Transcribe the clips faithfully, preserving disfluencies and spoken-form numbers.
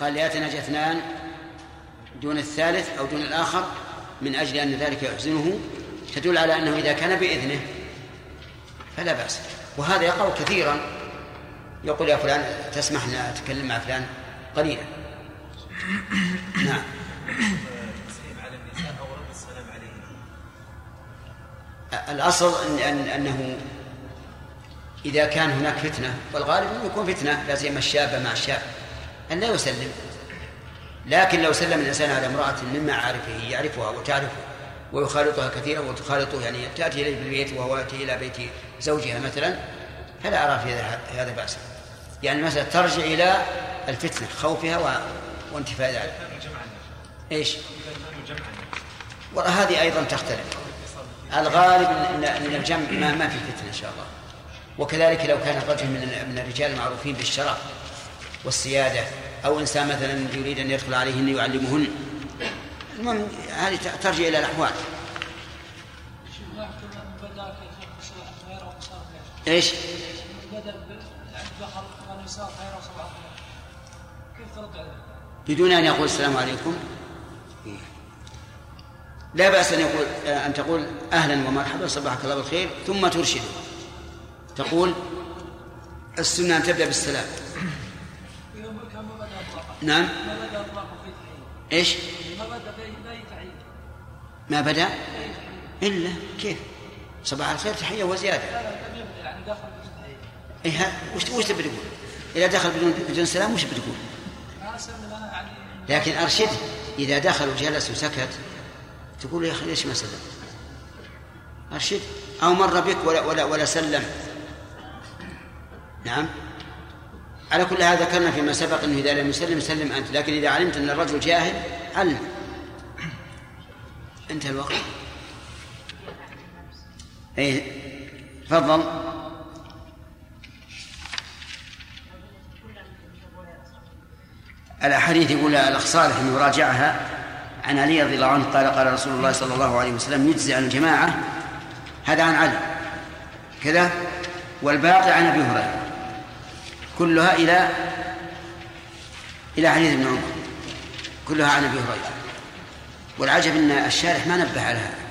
قال ليتناجى اثنان دون الثالث أو دون الآخر من أجل أن ذلك يحزنه، تدل على أنه إذا كان بإذنه فلا بأس. وهذا يقع كثيرا، يقول يا فلان تسمح لنا أتكلم مع فلان قليلا. نعم. الأصل أن أنه إذا كان هناك فتنة، والغالب أنه يكون فتنة لا سيما الشاب مع الشاب، أن لا يسلم. لكن لو سلم الإنسان على امرأة من معارفه يعرفها وتعرفه ويخالطها كثيرا وتخالطه، يعني تأتي إليه بالبيت وهو يأتي إلى بيت زوجها مثلا، فلا أرى في هذا بأسا. يعني مثلا ترجع إلى الفتنة خوفها وانتفاء ذلك. إيش؟ وهذه أيضا تختلف. الغالب أن الجمع ما, ما في فتنة إن شاء الله. وكذلك لو كان رجل من الرجال المعروفين بالشرف والسيادة، أو إنسان مثلا يريد أن يدخل عليهن يعلمهن، المهم هذه ترجع إلى الأحوال. إيش؟ بدون أن يقول السلام عليكم لا بأس أن يقول أن تقول أهلا ومرحبا صباحك الله بالخير، ثم ترشد تقول السنة أن تبدأ بالسلام. نعم. إيش؟ ما بدأ إلا كيف؟ صباح الخير تحية وزيادة. إيه وش وش تبي تقول؟ إذا دخل بدون بدون سلام وش بتقول؟ لكن أرشد إذا دخل وجلس وسكت تقول يا أخي ليش ما سلم؟ أرشد. أو مر بك ولا ولا ولا سلم. نعم. على كل هذا ذكرنا فيما سبق أنه إذا لم يسلم سلم أنت، لكن إذا علمت أن الرجل جاهل علم. انتهى الوقت. إيه تفضل. الأحاديث يقول الأخ صالح أنه راجعها عن علي رضي الله عنه قال قال رسول الله صلى الله عليه وسلم يجزي عن الجماعة، هذا عن علي كذا، والباقي عن أبي هريرة، كلها إلى إلى حديث ابن عمر، كلها عن أبي هريرة. والعجب أن الشارح ما نبه على هذا.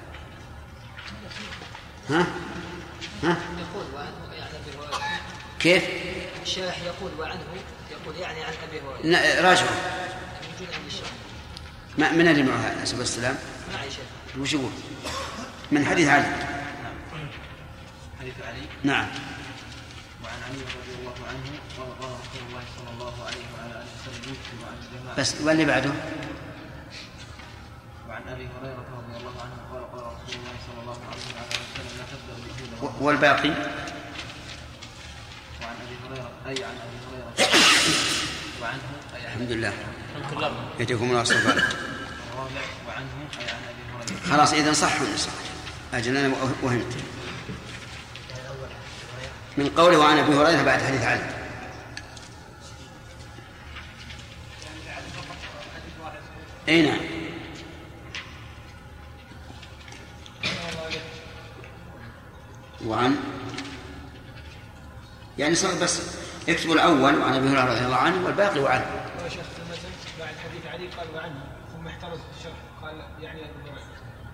ها؟ ها؟ يقول وعنه يعني أبي هريرة. كيف؟ الشارح يقول وعنه يقول يعني عن أبي هريرة. راجعوا. ما من اللي معه هذا سبحانه السلام؟ معي شيخ. وش يقول؟ من حديث علي. حديث علي. نعم. وعن علي رضي الله عنه قال قال رسول الله صلى الله عليه وعلى آله وسلم يكتب عن الجماعة. بس واللي بعده. وعن أبي هريرة رضي الله عنه قال قال رسول الله صلى الله عليه وعلى آله وسلم لا تبدأ اليهود. والباقي. وعن أبي هريرة أي عن أبي هريرة وعنه أي عن. الحمد لله. يأتيكم الله صلى الله عليه وسلم. وعنه أي عن أبي هريرة. خلاص إذن صح ونصح. أجل أنا وهمت. من قوله وعن أبي هريرة بعد حديث علي. أي نعم. وعن يعني صار بس يكتب الأول وعن أبي هريرة رضي الله عنه والباقي وعنه. يا شيخ بعد حديث علي قال وعنه ثم احترز في الشرح قال يعني أبي هريرة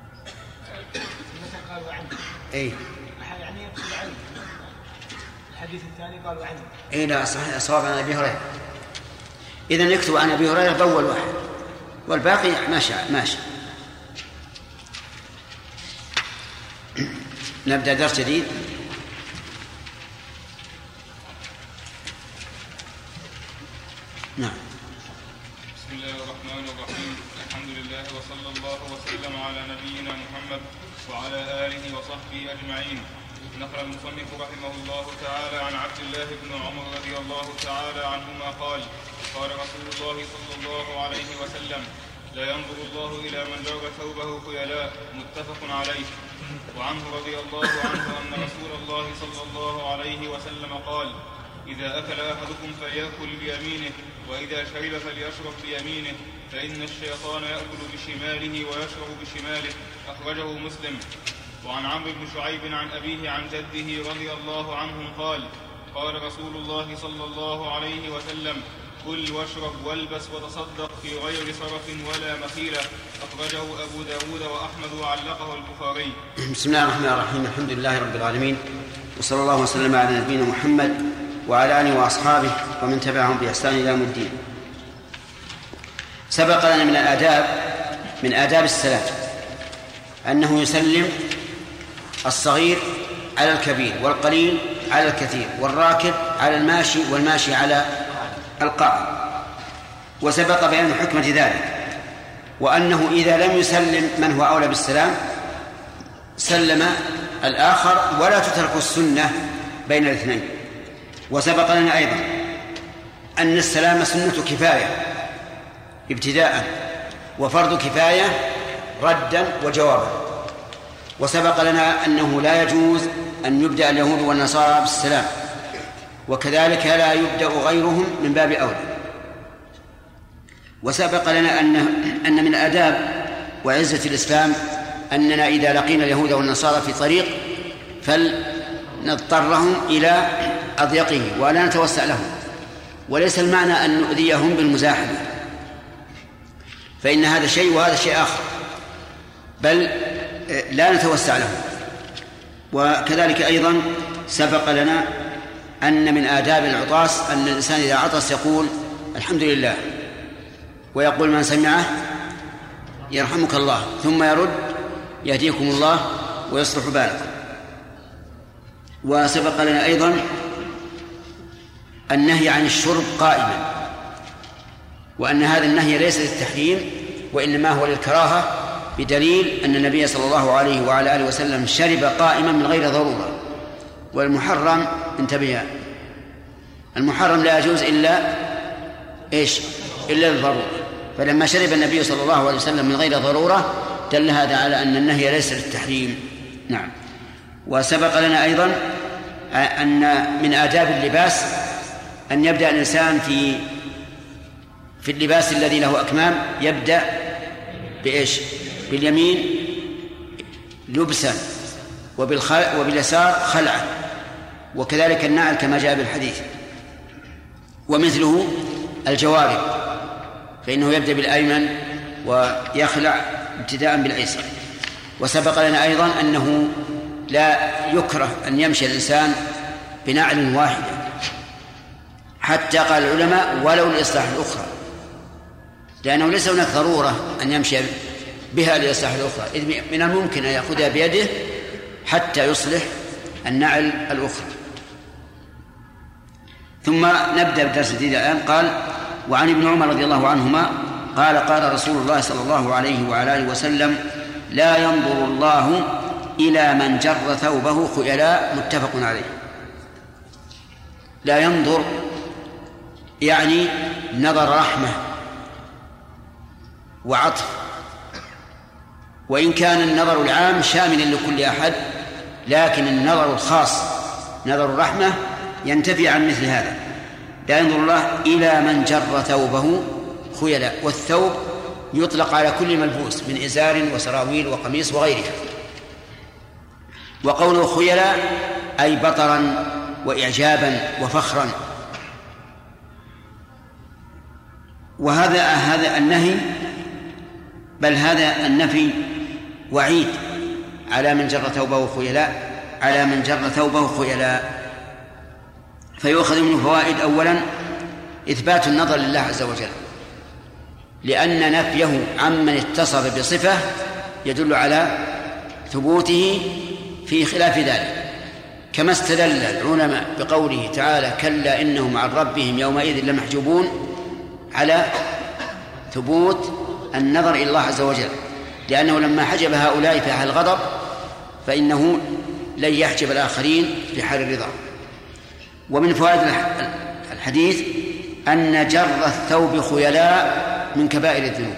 ثم قال وعنه. أي. يعني يقصد عنه. الحديث الثاني قال عنه. أي لا صحيح صواب عن أبي هريرة. إذن يكتب عن أبي هريرة بأول واحد والباقي ماشي ماشي. نبدأ درس جديد. نعم. بسم الله الرحمن الرحيم. الحمد لله وصلى الله وسلم على نبينا محمد وعلى آله وصحبه أجمعين. نقل المصنف رحمه الله تعالى عن عبد الله بن عمر رضي الله تعالى عنهما قال قال رسول الله صلى الله عليه وسلم لا ينظر الله إلى من جر ثوبه خيلاء. متفق عليه. وعنه رضي الله عنه أن رسول الله صلى الله عليه وسلم قال إذا أكل أحدكم فليأكل بيمينه وإذا شرب فليشرب بيمينه فإن الشيطان يأكل بشماله ويشرب بشماله. أخرجه مسلم. وعن عمرو بن شعيب عن أبيه عن جده رضي الله عنهم قال قال رسول الله صلى الله عليه وسلم كل واشرب والبس وتصدق في غير صرف ولا مخيلة. أخرجه أبو داود وأحمد وعلقه البخاري. بسم الله الرحمن الرحيم. الحمد لله رب العالمين، وصلى الله وسلم على نبينا محمد وعلى آله وأصحابه ومن تبعهم بإحسان إلى يوم الدين. سبق لنا من الآداب من آداب السلام أنه يسلم الصغير على الكبير، والقليل على الكثير، والراكب على الماشي، والماشي على القاعد. وسبق بيان حكمة ذلك، وأنه إذا لم يسلم من هو أولى بالسلام سلم الآخر، ولا تترك السنة بين الاثنين. وسبق لنا أيضا أن السلام سنة كفاية ابتداء، وفرض كفاية ردا وجوابا. وسبق لنا أنه لا يجوز أن يبدأ اليهود والنصارى بالسلام، وكذلك لا يبدأ غيرهم من باب أولى. وسبق لنا أن أن من آداب وعزة الإسلام أننا إذا لقينا اليهود والنصارى في طريق فلنضطرهم إلى أضيقه ولا نتوسع لهم، وليس المعنى أن نؤذيهم بالمزاحمة، فإن هذا شيء وهذا شيء آخر، بل لا نتوسع لهم. وكذلك أيضا سبق لنا أن من آداب العطاس أن الإنسان إذا عطس يقول الحمد لله، ويقول من سمعه يرحمك الله، ثم يرد يهديكم الله ويصلح بالكم. وسبق لنا أيضا النهي عن الشرب قائما، وأن هذا النهي ليس للتحريم وإنما هو للكراهة، بدليل أن النبي صلى الله عليه وعلى آله وسلم شرب قائما من غير ضرورة. والمحرم انتبه، المحرم لا يجوز إلا إيش؟ إلا الضرورة. فلما شرب النبي صلى الله عليه وسلم من غير ضرورة دل هذا على أن النهي ليس للتحريم. نعم. وسبق لنا أيضا أن من آداب اللباس أن يبدأ الإنسان في في اللباس الذي له أكمام يبدأ بإيش؟ باليمين لبسا، وباليسار خلعا، وكذلك النعل كما جاء بالحديث. ومثله الجوارب فإنه يبدأ بالأيمن ويخلع ابتداء بالأيسر. وسبق لنا أيضا أنه لا يكره أن يمشي الإنسان بنعل واحدة، حتى قال العلماء ولو لإصلاح الأخرى، لأنه ليس هناك ضرورة أن يمشي بها لإصلاح الأخرى، إذ من الممكن أن يأخذها بيده حتى يصلح النعل الأخرى. ثم نبدأ بالدرس الجديد الآن. قال: وعن ابن عمر رضي الله عنهما قال: قال رسول الله صلى الله عليه وعلى آله وسلم: لا ينظر الله إلى من جر ثوبه خيلاء. متفق عليه. لا ينظر يعني نظر رحمة وعطف، وإن كان النظر العام شاملا لكل أحد، لكن النظر الخاص نظر الرحمة ينتفي عن مثل هذا. لا ينظر الله إلى من جر ثوبه خيلاء، والثوب يطلق على كل ملبوس من إزار وسراويل وقميص وغيرها. وقوله خيلاء أي بطرا وإعجابا وفخرا. وهذا هذا النهي، بل هذا النفي وعيد على من جر ثوبه خيلاء، على من جر ثوبه خيلاء. فيؤخذ منه فوائد: أولا إثبات النظر لله عز وجل، لأن نفيه عمن اتصف بصفة يدل على ثبوته في خلاف ذلك، كما استدل العلماء بقوله تعالى: كلا إنهم عن ربهم يومئذ لمحجوبون، على ثبوت النظر إلى الله عز وجل، لأنه لما حجب هؤلاء في حال الغضب فإنه لن يحجب الآخرين في حال الرضا. ومن فوائد الحديث أن جر الثوب خيلاء من كبائر الذنوب.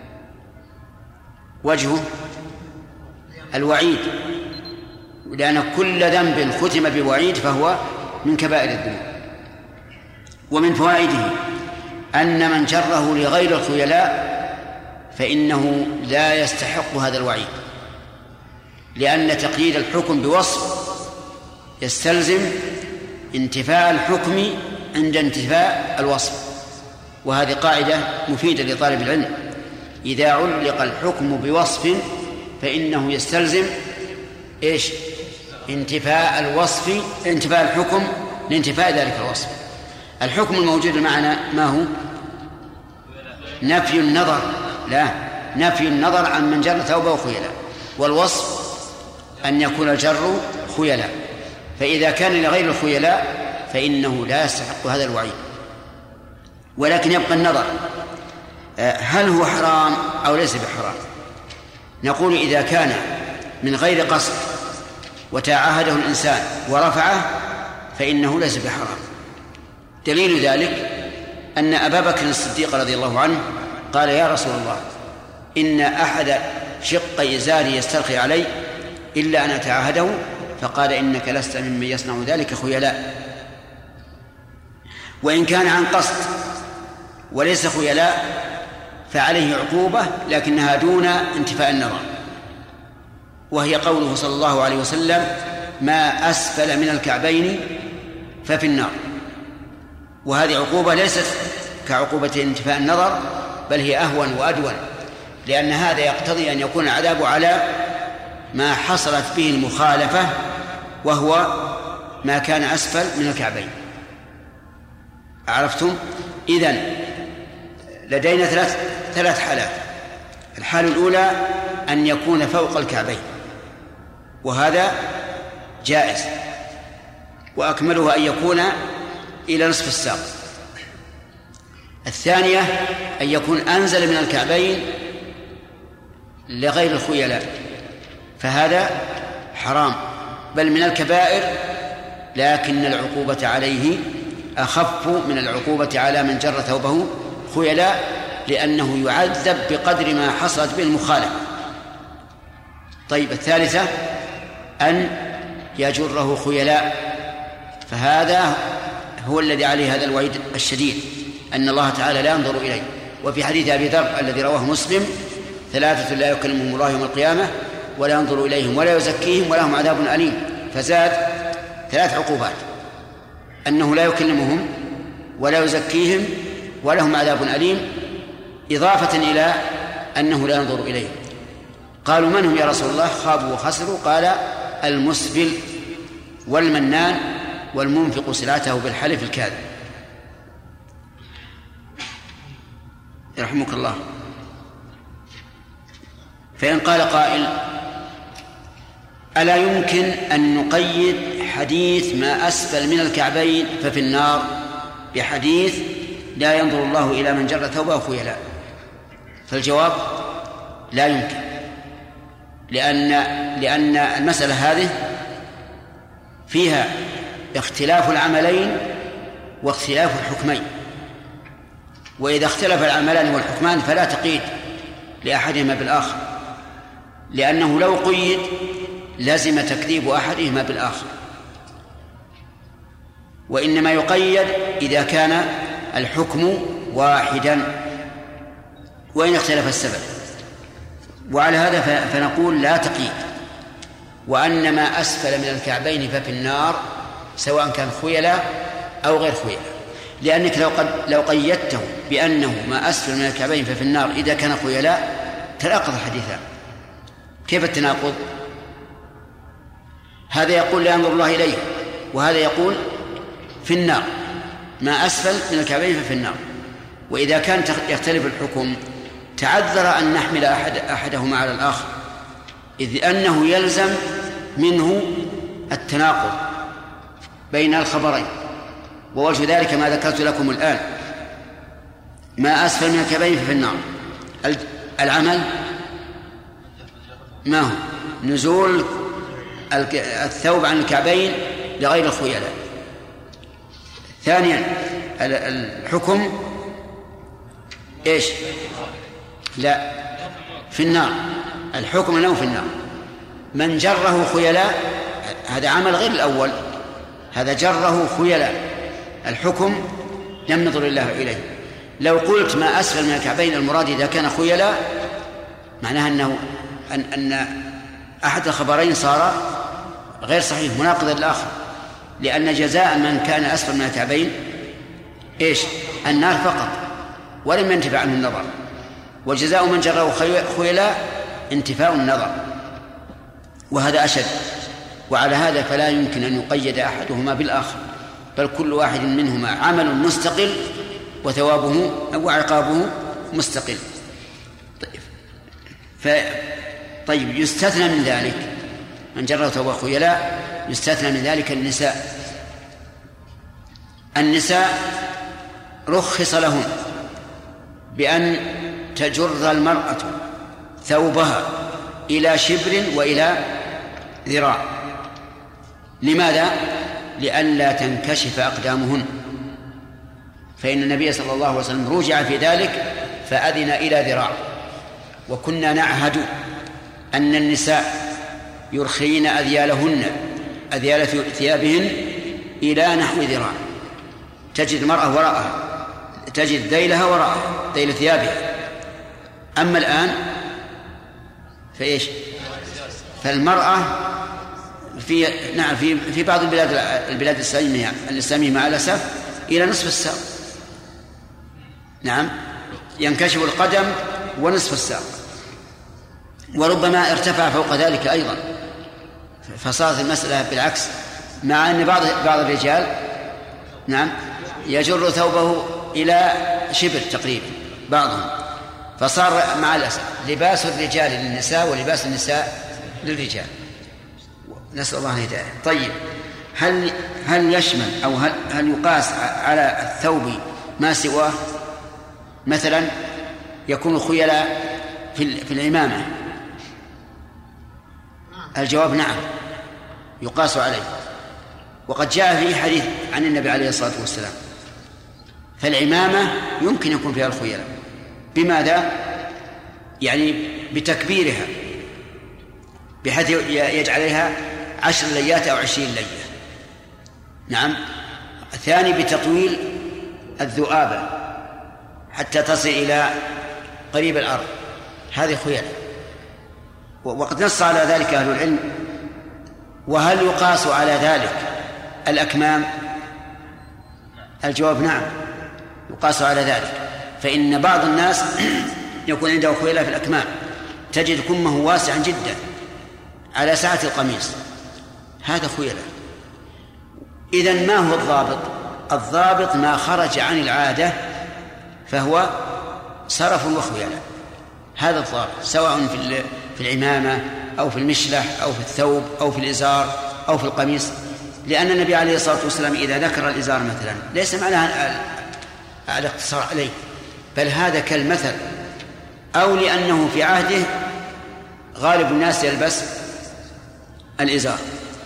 وجهه الوعيد، لأن كل ذنب ختم بوعيد فهو من كبائر الذنوب. ومن فوائده أن من جره لغير الخيلاء فإنه لا يستحق هذا الوعيد، لأن تقييد الحكم بوصف يستلزم انتفاء الحكم عند انتفاء الوصف، وهذه قاعدة مفيدة لطالب العلم. إذا علق الحكم بوصف فإنه يستلزم إيش؟ انتفاء الوصف، انتفاء الحكم لانتفاء ذلك الوصف. الحكم الموجود معنا ما هو؟ نفي النظر، لا نفي النظر عن من جر ثوبه خيلاء، والوصف أن يكون الجر خيلاء. فإذا كان لغير الخيلاء فإنه لا يستحق هذا الوعيد. ولكن يبقى النظر، هل هو حرام أو ليس بحرام؟ نقول إذا كان من غير قصد وتعاهده الإنسان ورفعه فإنه ليس بحرام. دليل ذلك أن أبا بكر الصديق رضي الله عنه قال: يا رسول الله، إن أحد شق إزاري يسترخي علي إلا أن أتعاهده، فقال: إنك لست ممن يصنع ذلك خيلاء. وإن كان عن قصد وليس خيلاء فعليه عقوبة، لكنها دون انتفاء النظر، وهي قوله صلى الله عليه وسلم: ما أسفل من الكعبين ففي النار. وهذه عقوبة ليست كعقوبة انتفاء النظر، بل هي أهون وأدون، لأن هذا يقتضي أن يكون العذاب على ما حصلت به المخالفة، وهو ما كان أسفل من الكعبين. عرفتم؟ إذن لدينا ثلاث ثلاث حالات. الحالة الأولى أن يكون فوق الكعبين، وهذا جائز، وأكملها أن يكون إلى نصف الساق. الثانية أن يكون أنزل من الكعبين لغير الخيلاء، فهذا حرام بل من الكبائر، لكن العقوبة عليه أخف من العقوبة على من جر ثوبه خيلاء، لأنه يعذب بقدر ما حصلت به المخالفة. طيب، الثالثة أن يجره خيلاء، فهذا هو الذي عليه هذا الوعيد الشديد، أن الله تعالى لا ينظر إليه. وفي حديث أبي ذر الذي رواه مسلم: ثلاثة لا يكلمهم الله يوم القيامة ولا ينظر إليهم ولا يزكيهم ولهم عذاب أليم. فزاد ثلاث عقوبات: أنه لا يكلمهم ولا يزكيهم ولهم عذاب أليم، إضافة إلى أنه لا ينظر إليهم. قالوا: من هم يا رسول الله؟ خابوا وخسروا. قال: المسبل والمنان والمنفق سلعته بالحلف الكاذب. يرحمك الله. فإن قال قائل: ألا يمكن أن نقيد حديث ما أسفل من الكعبين ففي النار بحديث لا ينظر الله إلى من جر ثوبه خيلاء؟ فالجواب: لا يمكن، لأن لأن المسألة هذه فيها اختلاف العملين واختلاف الحكمين، وإذا اختلف العملان والحكمان فلا تقييد لأحدهما بالآخر، لأنه لو قيد لازم تكذيب أحدهما بالآخر، وإنما يقيد إذا كان الحكم واحدا وإن اختلف السبب. وعلى هذا فنقول لا تقييد، وأن ما أسفل من الكعبين ففي النار سواء كان خيلاء أو غير خيلاء، لأنك لو, قد لو قيدته بأنه ما أسفل من الكعبين ففي النار إذا كان خيلاء تناقض الحديثان. كيف التناقض؟ هذا يقول لا ينظر الله إليه، وهذا يقول في النار، ما أسفل من الكعبين ففي النار. وإذا كان يختلف الحكم تعذر أن نحمل أحد أحدهما على الآخر، إذ أنه يلزم منه التناقض بين الخبرين. ووجه ذلك ما ذكرت لكم الآن: ما أسفل من الكعبين ففي النار. العمل ما هو؟ نزول الثوب عن الكعبين لغير الخيلاء. ثانيا الحكم إيش؟ لا، في النار. الحكم أنه في النار. من جره خيلاء هذا عمل غير الأول، هذا جره خيلاء، الحكم لم ننظر الله إليه. لو قلت ما أسفل من الكعبين المراد إذا كان خيلاء، معناها أنه أن, أن أحد الخبرين صار غير صحيح، مناقض الآخر، لأن جزاء من كان أسفل من الكعبين إيش؟ النار فقط، ولم ينتفع عنه النظر، وجزاء من جره خيلاء انتفاء النظر، وهذا أشد. وعلى هذا فلا يمكن أن يقيد أحدهما بالآخر، بل كل واحد منهما عمل مستقل وثوابه وعقابه مستقل. طيب ف... طيب يستثنى من ذلك من جره ثوب خيلاء، يستثنى من ذلك النساء. النساء رخص لهم بأن تجر المرأة ثوبها إلى شبر وإلى ذراع. لماذا؟ لئلا تنكشف أقدامهن، فإن النبي صلى الله عليه وسلم رجع في ذلك فأذن إلى ذراع. وكنا نعهد أن النساء يرخين أذيالهن أذيال ثيابهن إلى نحو ذراع، تجد المرأة وراءها، تجد ذيلها وراءها، ذيل ثيابها. أما الآن فإيش؟ فالمرأة في نعم في في بعض البلاد البلاد الإسلامية الإسلامية مع الأسف إلى نصف الساق. نعم ينكشف القدم ونصف الساق، وربما ارتفع فوق ذلك أيضا، فصارت المسألة بالعكس، مع أن بعض بعض الرجال نعم يجر ثوبه إلى شبر تقريبا بعضهم، فصار مع الأسف لباس الرجال للنساء ولباس النساء للرجال، نسأل الله الهداية. طيب هل هل يشمل أو هل هل يقاس على الثوب ما سواه؟ مثلا يكون خيلاء في في العمامة، الجواب نعم يقاس عليه، وقد جاء في حديث عن النبي عليه الصلاة والسلام. فالعمامة يمكن يكون فيها الخيلاء، بماذا؟ يعني بتكبيرها بحيث يجعل عليها عشر ليات أو عشرين لية. نعم. الثاني بتطويل الذؤابة حتى تصل إلى قريب الأرض، هذه خيلاء، وقد نص على ذلك أهل العلم. وهل يقاس على ذلك الأكمام؟ الجواب نعم يقاس على ذلك، فإن بعض الناس يكون عنده خيلاء في الأكمام، تجد كمه واسعا جدا على سعة القميص، هذا خيلاء. إذن ما هو الضابط؟ الضابط ما خرج عن العادة فهو سرف وخيلاء، هذا الضابط، سواء في في العمامة أو في المشلح أو في الثوب أو في الإزار أو في القميص. لأن النبي عليه الصلاة والسلام إذا ذكر الإزار مثلا ليس معناه الاقتصار عليه، بل هذا كالمثل، أو لأنه في عهده غالب الناس يلبس الإزار.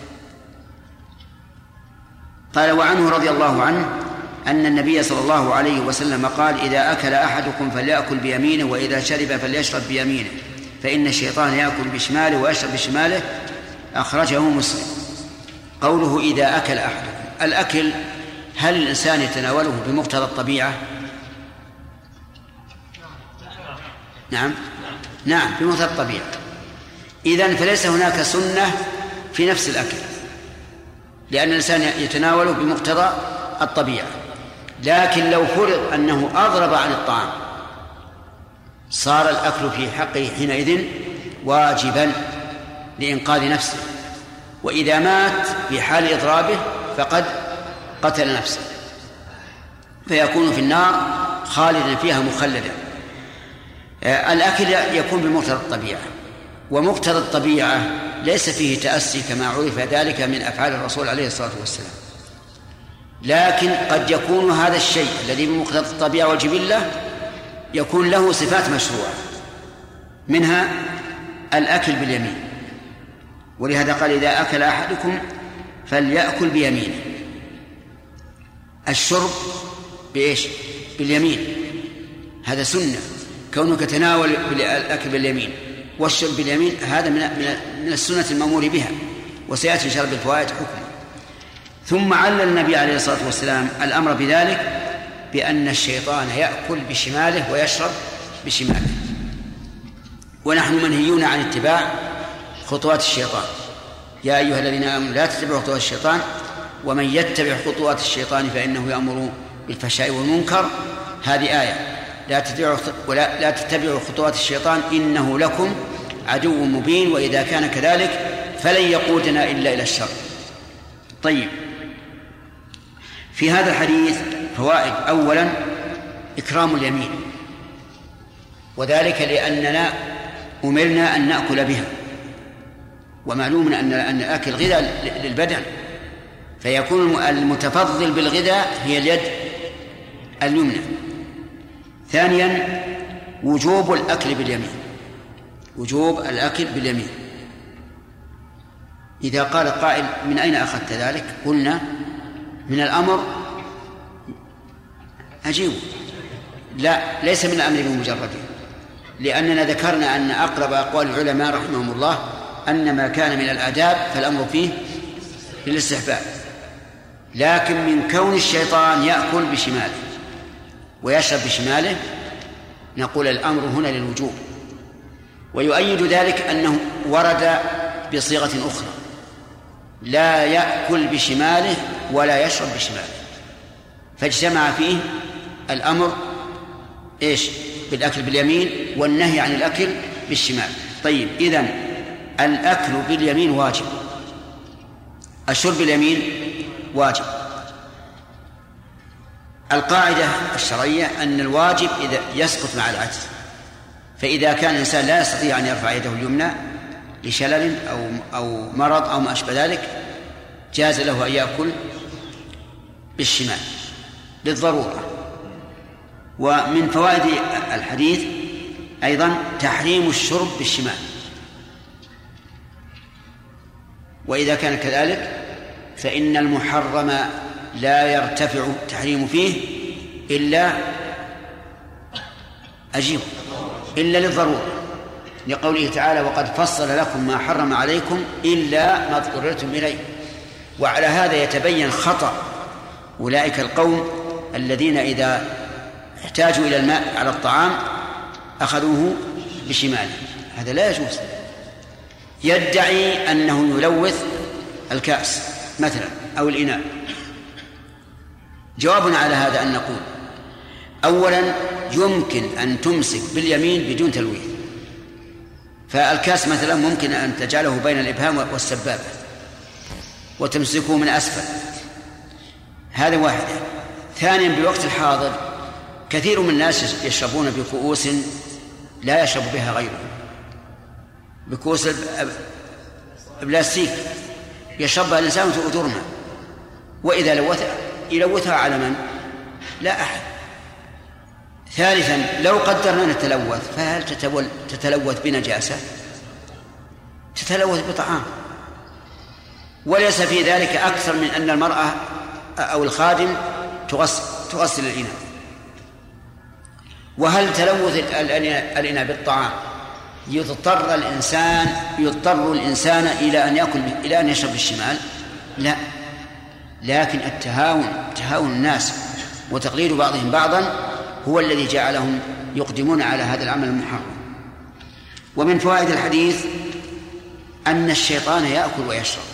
قال وعنه رضي الله عنه أن النبي صلى الله عليه وسلم قال إذا أكل أحدكم فليأكل بيمينه وإذا شرب فليشرب بيمينه فإن الشيطان يأكل بشماله ويشرب بشماله، أخرجه مسلم. قوله إذا أكل أحدكم، الأكل هل الإنسان يتناوله بمقتضى الطبيعة؟ نعم نعم بمقتضى الطبيعة. إذن فليس هناك سنة في نفس الأكل، لأن الإنسان يتناوله بمقتضى الطبيعة. لكن لو فرض أنه أضرب عن الطعام صار الأكل في حقه حينئذ واجبا لإنقاذ نفسه، وإذا مات في حال إضرابه فقد قتل نفسه فيكون في النار خالدا فيها مخلدا. الأكل يكون بمقتضى الطبيعة، ومقتضى الطبيعة ليس فيه تأسي كما عرف ذلك من أفعال الرسول عليه الصلاة والسلام، لكن قد يكون هذا الشيء الذي بمقتضى الطبيعة والجبلة يكون له صفات مشروعة، منها الأكل باليمين، ولهذا قال إذا أكل أحدكم فليأكل بيمينه. الشرب بإيش؟ باليمين، هذا سنة، كونك تناول الأكل باليمين والشرب باليمين هذا من السنة المأمور بها، وسيأتي شرب الفوائد حكم. ثم علل النبي عليه الصلاة والسلام الأمر بذلك بأن الشيطان يأكل بشماله ويشرب بشماله، ونحن منهيون عن اتباع خطوات الشيطان. يا أيها الذين آمنوا لا تتبعوا خطوات الشيطان ومن يتبع خطوات الشيطان فإنه يأمر بالفحشاء والمنكر، هذه آية. لا تتبعوا ولا لا تتبعوا خطوات الشيطان إنه لكم عدو مبين، وإذا كان كذلك فلن يقودنا إلا إلى الشر. طيب، في هذا الحديث فوائد. أولا إكرام اليمين، وذلك لأننا أمرنا أن نأكل بها، ومعلوم أن أن الأكل غذاء للبدن، فيكون المتفضل بالغذاء هي اليد اليمنى. ثانيا وجوب الأكل باليمين، وجوب الأكل باليمين. إذا قال قائل من أين أخذت ذلك؟ قلنا من الأمر أجيب، لا، ليس من الأمر بمجرده، لأننا ذكرنا أن أقرب أقوال العلماء رحمهم الله أن ما كان من الآداب فالأمر فيه للاستحباب، لكن من كون الشيطان يأكل بشماله ويشرب بشماله نقول الأمر هنا للوجوب. ويؤيد ذلك أنه ورد بصيغة أخرى: لا يأكل بشماله ولا يشرب بشماله، فاجتمع فيه الأمر إيش؟ بالأكل باليمين والنهي عن الأكل بالشمال. طيب، إذن الأكل باليمين واجب، الشرب باليمين واجب. القاعدة الشرعية أن الواجب إذا يسقط مع العجز، فإذا كان الإنسان لا يستطيع أن يرفع يده اليمنى لشلل أو أو مرض أو ما أشبه ذلك جاز له أن يأكل بالشمال للضرورة. ومن فوائد الحديث أيضا تحريم الشرب بالشمال، وإذا كان كذلك فإن المحرم لا يرتفع التحريم فيه إلا أجيب إلا للضرورة، لقوله تعالى: وقد فصل لكم ما حرم عليكم إلا ما اضطررتم إليه. وعلى هذا يتبين خطأ أولئك القوم الذين إذا احتاجوا إلى الماء على الطعام أخذوه بشماله، هذا لا يجوز. يدعي أنه يلوث الكأس مثلا أو الإناء. جوابنا على هذا أن نقول: أولا يمكن أن تمسك باليمين بدون تلويث، فالكاس مثلا ممكن أن تجعله بين الإبهام والسبابة وتمسكه من أسفل، هذا واحدة. ثانيا بالوقت الحاضر كثير من الناس يشربون بكؤوس لا يشرب بها غيرهم، بكؤوس بلاستيك يشربها الإنسان وترمى، وإذا لوثها يلوثها على من؟ لا أحد. ثالثا لو قدرنا نتلوث، فهل تتلوث بنجاسة؟ تتلوث بطعام، وليس في ذلك أكثر من أن المرأة أو الخادم تغسل, تغسل الإناء. وهل تلوث الإناء بالطعام يضطر الإنسان يضطر الإنسان إلى أن يأكل إلى أن يشرب بالشمال؟ لا، لكن التهاون تهاون الناس وتقليد بعضهم بعضا هو الذي جعلهم يقدمون على هذا العمل المحرم. ومن فوائد الحديث أن الشيطان يأكل ويشرب.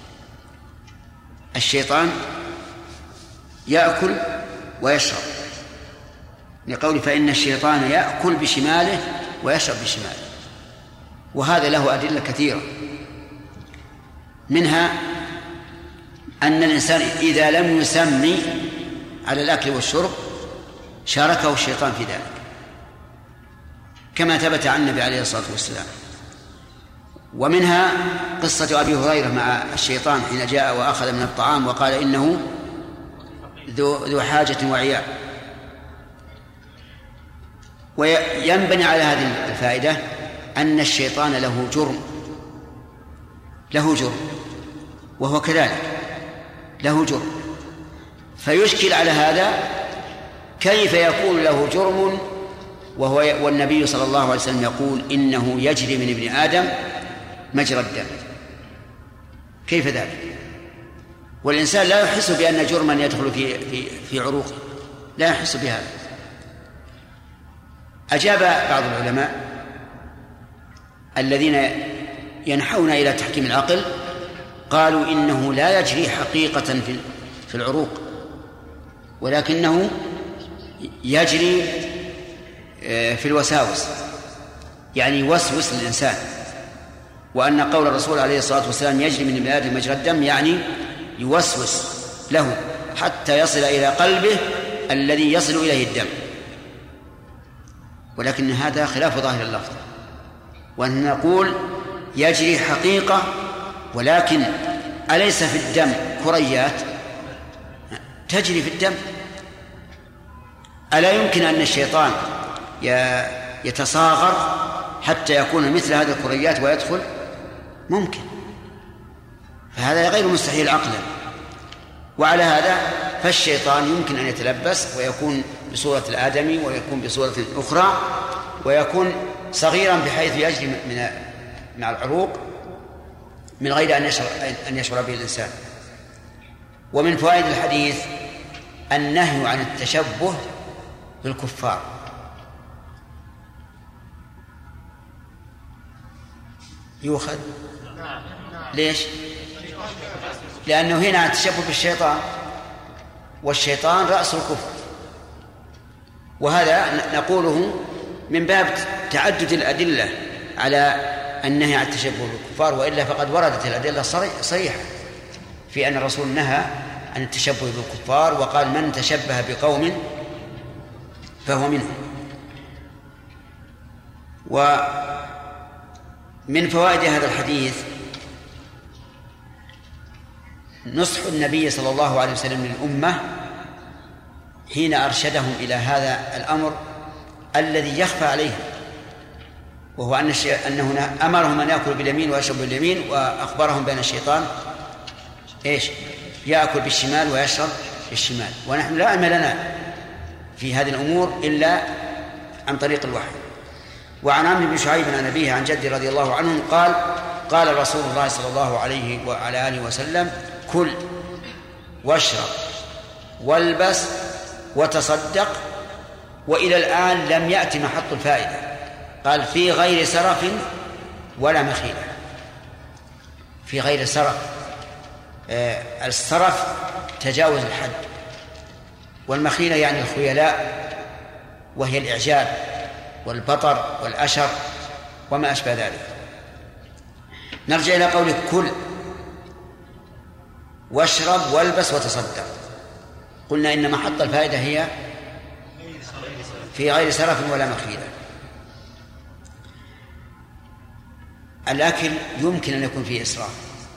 الشيطان يأكل ويشرب لقول: فإن الشيطان يأكل بشماله ويشرب بشماله. وهذا له أدلة كثيرة، منها أن الإنسان إذا لم يسمي على الأكل والشرب شاركه الشيطان في ذلك، كما ثبت عن النبي عليه الصلاة والسلام. ومنها قصة أبي هريرة مع الشيطان حين جاء وأخذ من الطعام وقال إنه ذو, ذو حاجة وعياء. وينبني على هذه الفائدة أن الشيطان له جرم له جرم وهو كذلك له جرم، فيشكل على هذا كيف يكون له جرم وهو والنبي صلى الله عليه وسلم يقول إنه يجري من ابن آدم مجرى الدم، كيف ذلك؟ والإنسان لا يحس بأن جرما يدخل في في في عروقه، لا يحس بهذا. أجاب بعض العلماء الذين ينحون إلى تحكيم العقل، قالوا إنه لا يجري حقيقة في في العروق، ولكنه يجري في الوساوس، يعني يوسوس للإنسان. وأن قول الرسول عليه الصلاة والسلام يجري من ابن آدم مجرى الدم يعني يوسوس له حتى يصل إلى قلبه الذي يصل إليه الدم. ولكن هذا خلاف ظاهر اللفظ، وأن نقول يجري حقيقة، ولكن أليس في الدم كريات تجري في الدم؟ ألا يمكن أن الشيطان يتصاغر حتى يكون مثل هذه الكريات ويدخل؟ ممكن، فهذا غير مستحيل عقلا. وعلى هذا فالشيطان يمكن أن يتلبس ويكون بصورة الآدمي، ويكون بصورة أخرى، ويكون صغيرا بحيث يجري من مع العروق من غير أن يشعر, أن يشعر به الإنسان. ومن فوائد الحديث النهي عن التشبه بالكفار. يؤخذ ليش؟ لأنه هنا التشبه بالشيطان، والشيطان رأس الكفر، وهذا نقوله من باب تعدد الأدلة على النهي عن التشبه بالكفار، وإلا فقد وردت الأدلة صريحة في أن الرسول نهى عن التشبه بالكفار، وقال من تشبه بقوم فهو منهم. ومن فوائد هذا الحديث نصح النبي صلى الله عليه وسلم للأمة حين أرشدهم إلى هذا الأمر الذي يخفى عليهم، وهو أن أنه أمرهم أن يأكلوا باليمين ويشربوا باليمين، وأخبرهم بأن الشيطان إيش؟ يأكل بالشمال ويشرب بالشمال. ونحن لا علم لنا في هذه الأمور إلا عن طريق الوحي. وعن عمرو بن شعيب عن أبيه عن جده رضي الله عنه قال قال رسول الله صلى الله عليه وعلى آله وسلم كل واشرب والبس وتصدق، وإلى الآن لم يأتي محط الفائدة. قال في غير سرف ولا مخيلة. في غير سرف، آه السرف تجاوز الحد، والمخيلة يعني الخيلاء، وهي الإعجاب والبطر والأشر وما أشبه ذلك. نرجع إلى قوله كل واشرب والبس وتصدق. قلنا إن محط الفائدة هي في غير سرف ولا مخيلة. الأكل يمكن أن يكون فيه إسراف،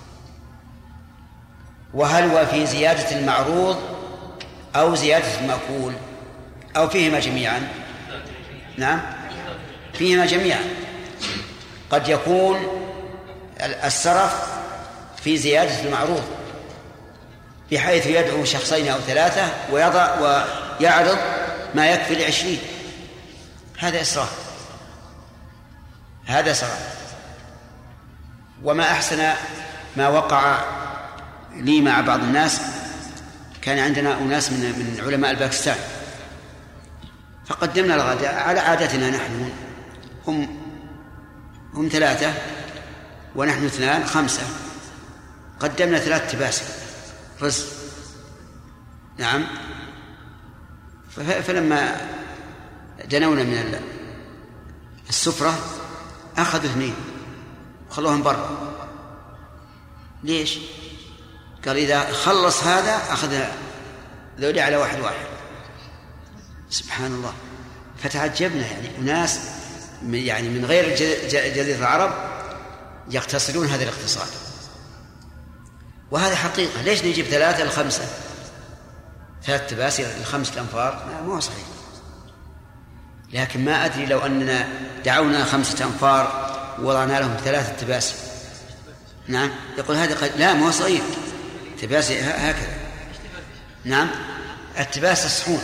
وهل هو في زيادة المعروض أو زيادة المأكول أو فيهما جميعا؟ نعم، فيهما جميعا. قد يكون السرف في زيادة المعروض بحيث يدعو شخصين أو ثلاثة ويضع ويعرض ما يكفي لعشرين، هذا إسراف، هذا سرف. وما أحسن ما وقع لي مع بعض الناس. كان عندنا أناس من من علماء الباكستان، فقدمنا الغداء على عادتنا نحن، هم هم ثلاثة ونحن اثنان، خمسة. قدمنا ثلاث تباسم رز، نعم. فلما دنونا من السفرة أخذوا اثنين وخلوهم برا. ليش؟ قال إذا خلص هذا أخذ ذولي على واحد واحد. سبحان الله. فتعجبنا، يعني أناس يعني من غير جزيرة العرب يقتصرون هذا الاقتصاد، وهذا حقيقة. ليش نجيب ثلاثة الخمسة، ثلاث تباسي الخمس الأنفار؟ ما هو صحيح. لكن ما أدري لو أننا دعونا خمسة أنفار ووضعنا لهم ثلاثة تباسي، نعم، يقول هذا قد... لا، ما هو صغير، تباسي هكذا. نعم، التباس الصحون.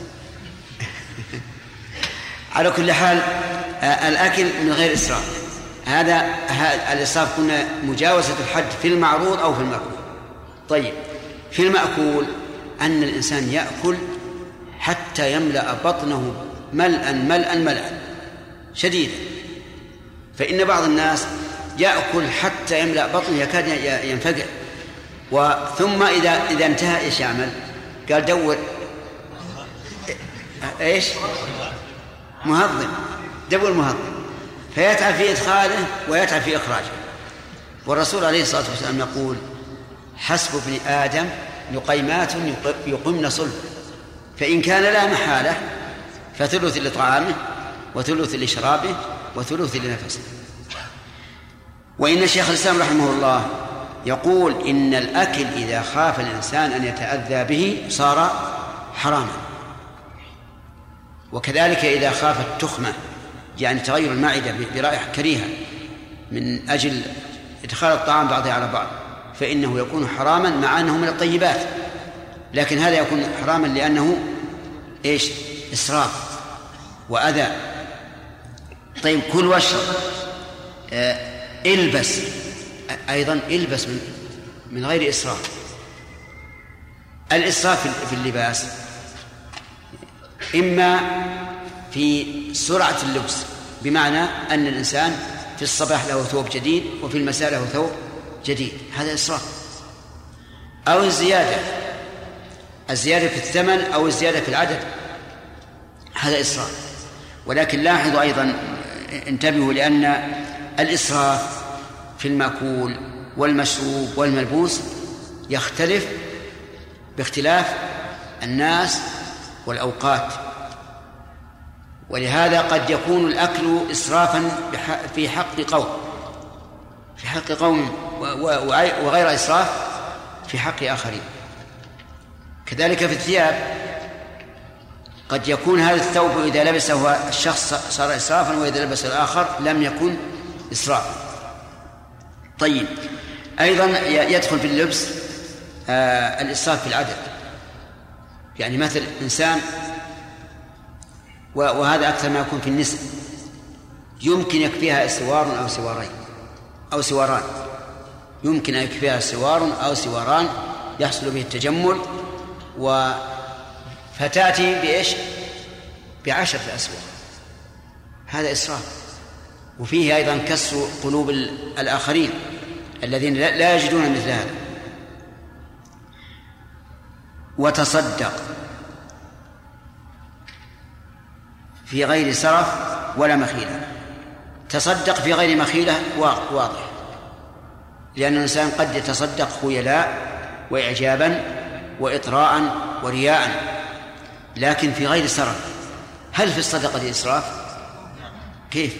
على كل حال الأكل من غير إسراف، هذا الإسراف كنا مجاوزة الحد في المعروض أو في المأكول. طيب، في المأكول أن الإنسان يأكل حتى يملأ بطنه ملأ ملأ ملأ شديدا، فإن بعض الناس يأكل حتى يملأ بطنه يكاد ينفجر، وثم إذا إذا انتهى إيش يعمل؟ قال دور إيش مهضم، دبو المهضم، فيتعب في إدخاله ويتعب في إخراجه. والرسول عليه الصلاة والسلام يقول: حسب ابن آدم لقيمات يقمن صلبه، فإن كان لا محالة فثلث لطعامه وثلث لشرابه وثلث لنفسه. وإن الشيخ الإسلام رحمه الله يقول: إن الأكل إذا خاف الإنسان أن يتأذى به صار حراما، وكذلك إذا خاف التخمة، يعني تغير المعدة برائحة كريهة من أجل إدخال الطعام بعضها على بعض، فإنه يكون حراما مع أنه من الطيبات، لكن هذا يكون حراما لأنه إيش؟ إسراف وأذى. طيب كل واشرب، آه البس أيضا، البس من, من غير إسراف. الإسراف في اللباس إما في سرعة اللبس، بمعنى أن الإنسان في الصباح له ثوب جديد وفي المساء له ثوب جديد، هذا إسراف. أو الزيادة، الزيادة في الثمن أو الزيادة في العدد، هذا إسراف. ولكن لاحظوا أيضا، انتبهوا، لأن الإسراف في المأكول والمشروب والملبوس يختلف باختلاف الناس والأوقات، ولهذا قد يكون الأكل إسرافا في حق قوم في حق قوم وغير إسراف في حق آخرين. كذلك في الثياب، قد يكون هذا الثوب إذا لبسه الشخص صار إسرافا، وإذا لبس الآخر لم يكن إسرافا. طيب أيضا يدخل في اللبس آه الإسراف في العدد، يعني مثل إنسان، وهذا أكثر ما يكون في النساء، يمكن يكفيها سوار أو سوارين أو سواران، يمكن أن يكفيها سوار أو سواران يحصل به التجمل، فتأتي بإيش؟ بعشرة أسوار، هذا إسراف. وفيه أيضا كسر قلوب الآخرين الذين لا يجدون مثل هذا. وتصدق في غير سرف ولا مخيلة. تصدق في غير مخيلة واضح، لأن الإنسان قد يتصدق خيلاء وإعجابا وإطراء ورياء، لكن في غير سرف. هل في الصدقة إسراف؟ كيف؟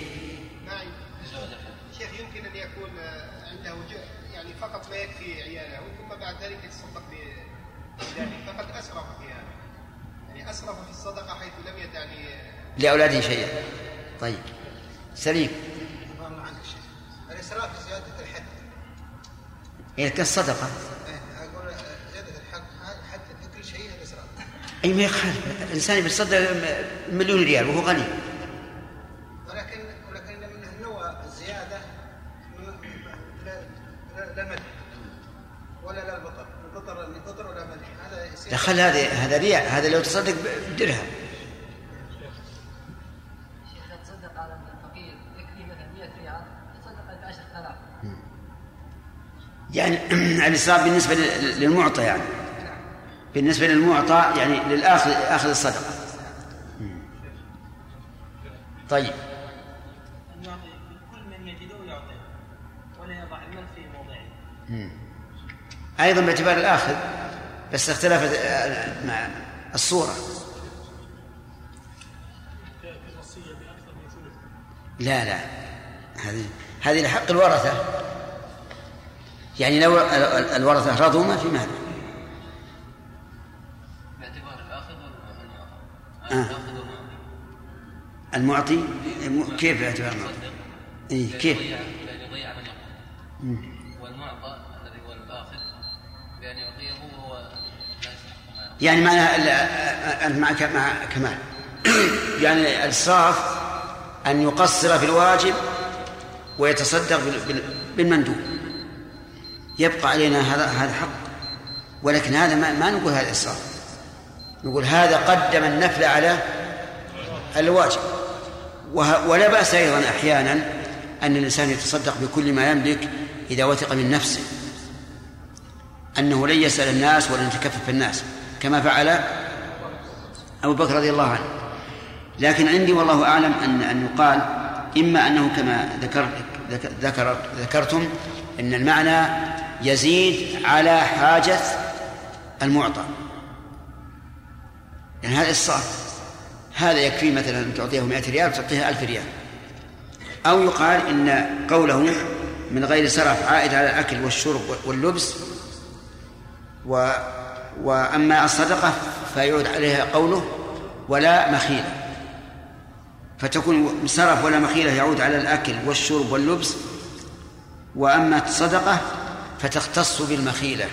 شيخ يمكن أن يكون عنده يعني فقط ما يكفي عياله، ثم بعد ذلك يتصدق بذلك، فقد أسرف فيها، يعني أسرف في الصدقة حيث لم يدع لأولاده شيئا. طيب سليم. الإسراف زيادة الحد، هي كالصدقة. أقول زيادة الحد حد في كل شيء الإسراف. أي ما يخالف، الإنسان يتصدق مليون ريال وهو غني، ولكن ولكن من النوع الزيادة لا ملح ولا لا البطر، البطر البطر ولا ملح، هذا دخل هذا هذا ريال، هذا لو تصدق بدرهم. يعني الإسراف بالنسبة للمعطى، يعني بالنسبة للمعطى يعني للآخذ آخذ الصدقة. طيب كل من يجده يعطي ولا يضع المال في موضعه. أيضا باعتبار الآخذ، بس اختلفت مع الصورة. لا لا هذه هذه لحق الورثة، يعني لو الورثة رضوا ما في مال. باعتبار الآخذ آه. المعطي كيف باعتبار المعطي؟ إيه كيف؟ يضيع من يقول، والمعطى الذي هو الآخذ بأن يعطيه وهو لا يستحق. يعني معنى أنت مع مع كمال يعني الإسراف أن يقصر في الواجب ويتصدق بالمندوب، يبقى علينا هذا هذا حق، ولكن هذا ما, ما نقول هذا إسراف، نقول هذا قدم النفل على الواجب. ولا بأس أيضا أحيانا أن الإنسان يتصدق بكل ما يملك إذا وثق من نفسه أنه لن يسأل الناس ولن يتكفف الناس، كما فعل أبو بكر رضي الله عنه. لكن عندي والله أعلم أن أن يقال إما أنه كما ذكر ذكر ذكرتم أن المعنى يزيد على حاجة المعطى، يعني هذا الصرف هذا يكفي مثلا أن تعطيه مئة ريال وتعطيه ألف ريال، أو يقال إن قوله من غير سرف عائد على الأكل والشرب واللبس، و وأما الصدقة فيعود عليها قوله ولا مخيلة، فتكون سرف ولا مخيلة يعود على الأكل والشرب واللبس، وأما الصدقة فتختص بالمخيلة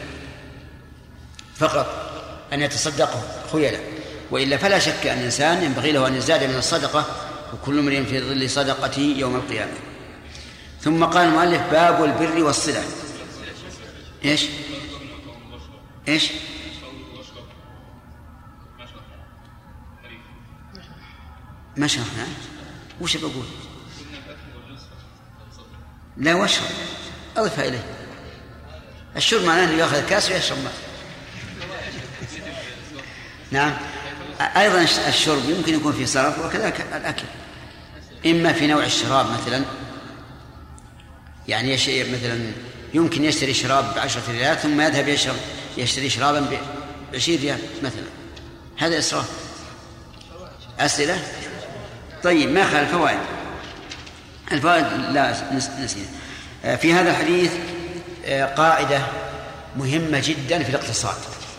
فقط أن يتصدق خيلا، وإلا فلا شك أن الإنسان ينبغي له أن يزداد من الصدقة، وكل امرئ في ظل صدقته يوم القيامة. ثم قال المؤلف باب البر والصلة. إيش إيش ما شرحنا وش بقول؟ لا واشرب أضف إليه الشرب معناه أنه يأخذ كاس ويشرب ماء. نعم أيضا الشرب يمكن يكون فيه صرف، وكذلك الأكل إما في نوع الشراب مثلا، يعني مثلا يمكن يشتري شراب بعشرة ريال ثم يذهب يشرب يشتري شرابا بعشرين ريال مثلا، هذا إسراف. أسئلة؟ طيب ما خلال الفوائد. الفوائد لا نسينا في هذا الحديث قاعدة مهمة جدا في الاقتصاد،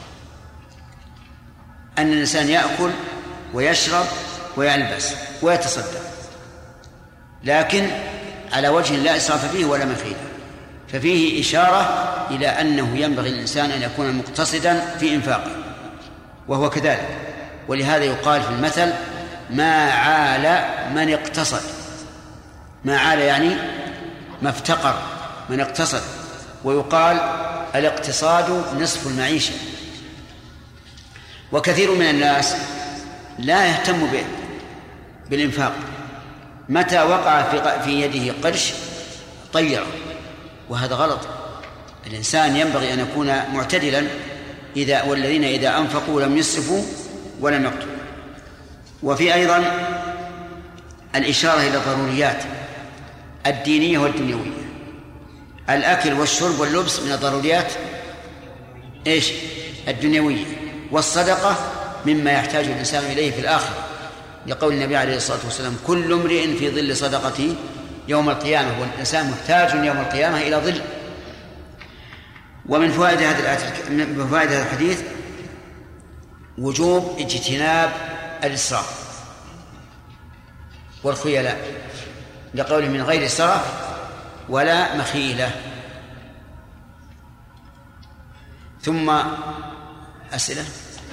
أن الإنسان يأكل ويشرب ويلبس ويتصدق، لكن على وجه لا إسراف فيه ولا مخيلة، ففيه إشارة إلى أنه ينبغي للإنسان أن يكون مقتصدا في إنفاقه، وهو كذلك. ولهذا يقال في المثل ما عال من اقتصد. ما عال يعني ما افتقر، من اقتصد. ويقال الاقتصاد نصف المعيشة. وكثير من الناس لا يهتم به بالإنفاق، متى وقع في يده قرش طيره، وهذا غلط. الإنسان ينبغي أن يكون معتدلا، إذا والذين إذا أنفقوا لم يسرفوا ولم يقتروا. وفي أيضا الإشارة إلى الضروريات الدينية والدنيوية. الأكل والشرب واللبس من الضروريات إيش؟ الدنيوية، والصدقة مما يحتاج الإنسان إليه في الآخرة، لقول النبي عليه الصلاة والسلام كل امرئ في ظل صدقته يوم القيامة، والإنسان محتاج يوم القيامة إلى ظل. ومن فوائد هذا من فوائد هذا الحديث وجوب اجتناب الإسراف والخيلاء، لقوله من غير إسراف ولا مخيلة. ثم أسئلة.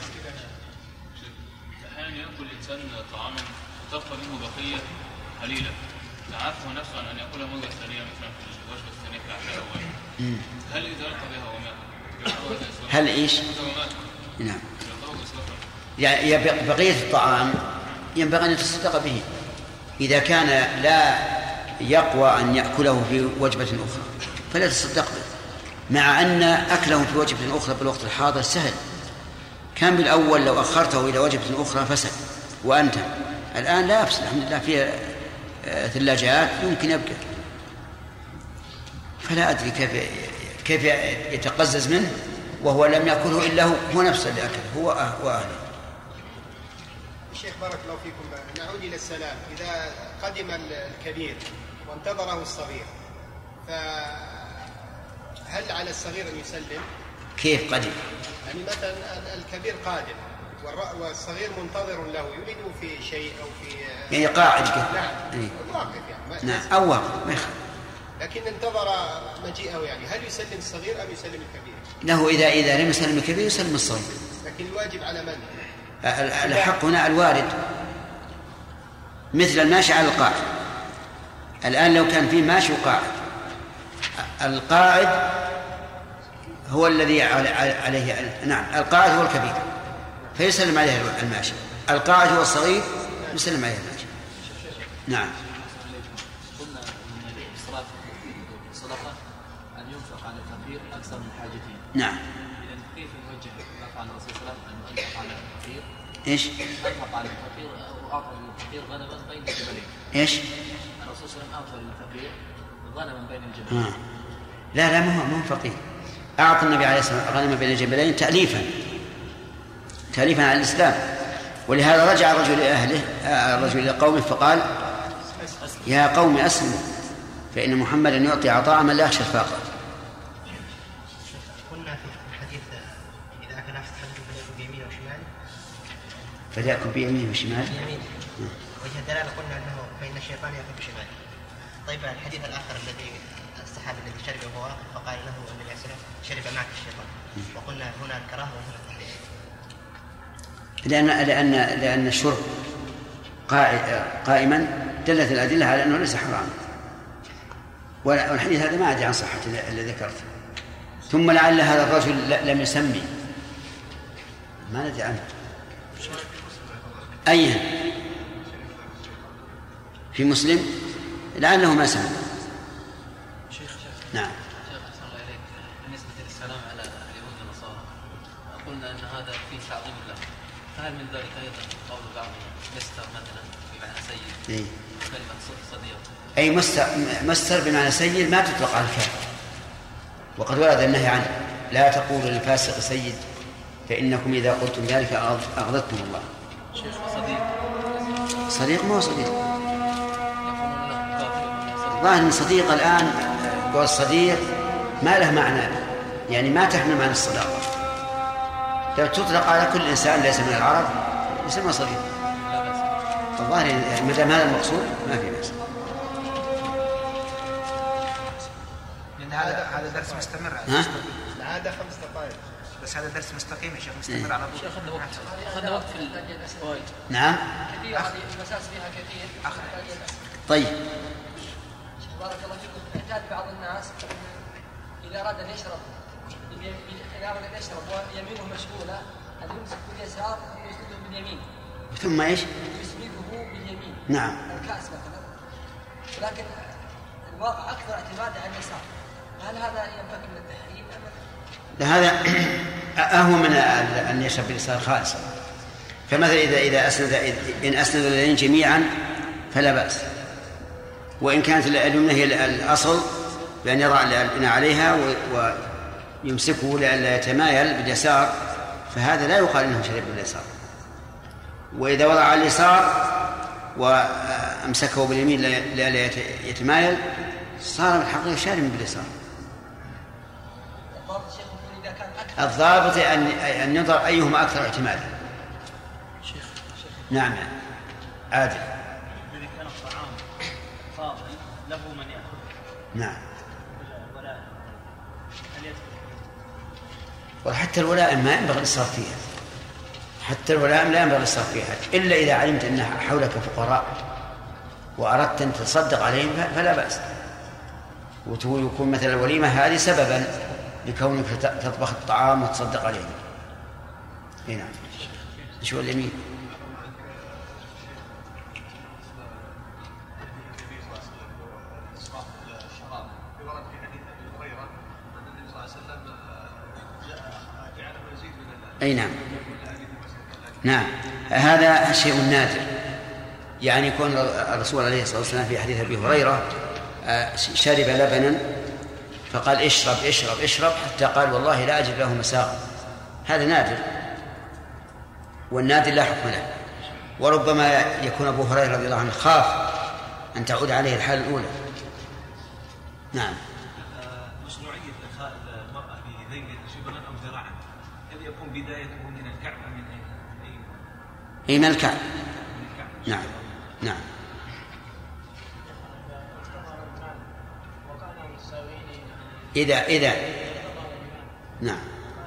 أحيانا يأكل الإنسان طعاما وتبقى منه بقية قليلة، تعافه نفسه عن أن يأكلها مرة ثانية مثلا في الوجبة الثانية في العشاء أو غيره، هل إذا ألقى بها ومات هل إيش؟ نعم، يعني بقية الطعام ينبغي أن يتصدق به إذا كان لا يقوى أن يأكله في وجبة أخرى فلا يتصدق به، مع أن أكله في وجبة أخرى بالوقت الحاضر سهل. كان بالأول لو أخرته إلى وجبة أخرى فسد، وأنت الآن لا يفسد، الحمد لله فيها ثلاجات يمكن يبقى. فلا أدري كيف كيف يتقزز منه وهو لم يأكله إلا هو, هو نفسه اللي أكله هو وأهله. الشيخ بارك الله فيكم، نعود إلى السلام. إذا قدم الكبير وانتظره الصغير، فهل على الصغير أن يسلم؟ كيف قدم؟ يعني مثلا الكبير قادم والصغير منتظر له، يريد في شيء أو في يعني قاعد كده. نعم إيه؟ واقف يعني. نعم أو واقف ما يخالف، لكن انتظر مجيئه، يعني هل يسلم الصغير أم يسلم الكبير؟ له إذا إذا لم يسلم الكبير يسلم الصغير. لكن الواجب على من؟ الحق هنا الوارد، مثل الماشي على القاعد. الآن لو كان فيه ماشي وقاعد، القاعد هو الذي عليه، نعم القاعد هو الكبير فيسلم عليه الماشي، القاعد هو الصغير يسلم عليه الماشي. نعم. قلنا ان الاسراف الصدقه ان ينفق على الفقير اكثر من حاجته. نعم. اذا كيف نوجه ما قال الرسول صلى الله عليه وسلم ان ينفق على الفقير إيش؟ أنفق على الفقير وأعطى للفقير غنما بين الجبلين. إيش؟ الرسول صلى الله عليه وسلم أعطى للفقير غنما بين الجبلين. آه. لا لا مو مو فقير. أعطى النبي عليه الصلاة والسلام غنما بين الجبلين تأليفا تأليفا على الإسلام. ولهذا رجع الرجل إلى أهله الرجل إلى قومه فقال يا قوم أسلموا فإن محمدا يعطي عطاء من لا يخشى الفاقة. قلنا في الحديث إذا أكل أحد فليأكل بيمينه وشماله فليأكل بيمينه وشماله. وجه الدلالة قلنا أنه فإن الشيطان يأكل بشماله. طيب الحديث الآخر الذي الصحابي الذي شرب وهو فقال له النبي عليه الصلاة والسلام شرب معك الشيطان، وقلنا هنا الكراهة وهنا التحريم. لأن لأن لأن الشرب قائما دلت الأدلة على أنه ليس حرام، والحديث هذا ما أدري عن صحة اللي ذكرته. ثم لعل هذا الرجل لم يسمي، ما ندري عنه. أيها في مسلم لعله ما سمع. شيخ نعم. شيخ أحسن الله إليك، بالنسبة للسلام على اليهود والنصارى قلنا أن هذا فيه تعظيم له، فهل من ذلك أيضا قول بعض مستر مثلا بمعنى سيد إيه؟ كلمة صديق؟ أي مستر مستر بمعنى سيد ما تطلق على الكافر، وقد ورد النهي عنه لا تقولوا للفاسق سيد فإنكم إذا قلتم ذلك أغضبتم الله. شيخ صديق صديق ما هو صديق. يقولون له كافر. ظاهر صديق الآن قول صديق ما له معنى، يعني ما تحمل معنى الصداقة. لو تطلق على كل إنسان ليس من العرب يسمى صديق. لا بأس. الظاهر ما دام هذا المقصود ما في بأس. لأن هذا هذا درس مستمر. ها؟ العادة خمس دقائق بس هذا درس مستقيم يا شيخ مستمر على طول. شيخ أخذنا وقت أخذنا وقت في الفوائد. نعم. كثير هذه المساس فيها كثير. طيب. بارك الله فيكم. يحتاج بعض الناس إذا أراد أن يشرب إذا أراد أن يشرب ويمينه مشغولة أن يمسك باليسار ويسنده باليمين. ثم إيش؟ يسنده باليمين. نعم. الكأس مثلا. ولكن الواقع أكثر اعتمادا على اليسار. هل هذا ينفك من التحريم أم لا، هذا أهو من أن يشرب باليسار خالصا. فمثلا إذا إذا أسند إن أسند اليدين جميعا فلا بأس، وإن كانت اليمنى هي الأصل بأن يضع الإناء عليها ويمسكه لئلا يتمايل باليسار، فهذا لا يقال إنه شرب باليسار. وإذا وضع على اليسار وأمسكه باليمين لئلا يتمايل صار بالحقيقة شارب باليسار. الضابط أن أن ينظر أيهما أكثر اعتمادا. شيخ نعم عادل. إذا كان الطعام فاضل له من يأخذ. نعم. الولاء هل يدخل؟ وحتى الولاء ما ينبغي الإسراف فيها، حتى الولاء لا ينبغي الإسراف فيها إلا إذا علمت أن حولك فقراء وأردت أن تتصدق عليهم فلا بأس، ويكون مثل الوليمة هذه سببا لكونك تطبخ الطعام وتصدق عليهم. هنا شو اليمين؟ أي نعم. نعم هذا شيء نادر، يعني يكون الرسول عليه الصلاة والسلام في حديث أبي هريرة شرب لبنا فقال اشرب اشرب اشرب حتى قال والله لا أجد له مساغ. هذا نادر، والنادر لا حكم له. وربما يكون أبو هريرة رضي الله عنه خاف أن تعود عليه الحالة الأولى. نعم. مشروعية إدخال المرأة في ذيل شبرا أو ذراعا هل يكون بدايته من الكعب أم من أين؟ أي من الكعب. نعم نعم. إذا إذا نعم.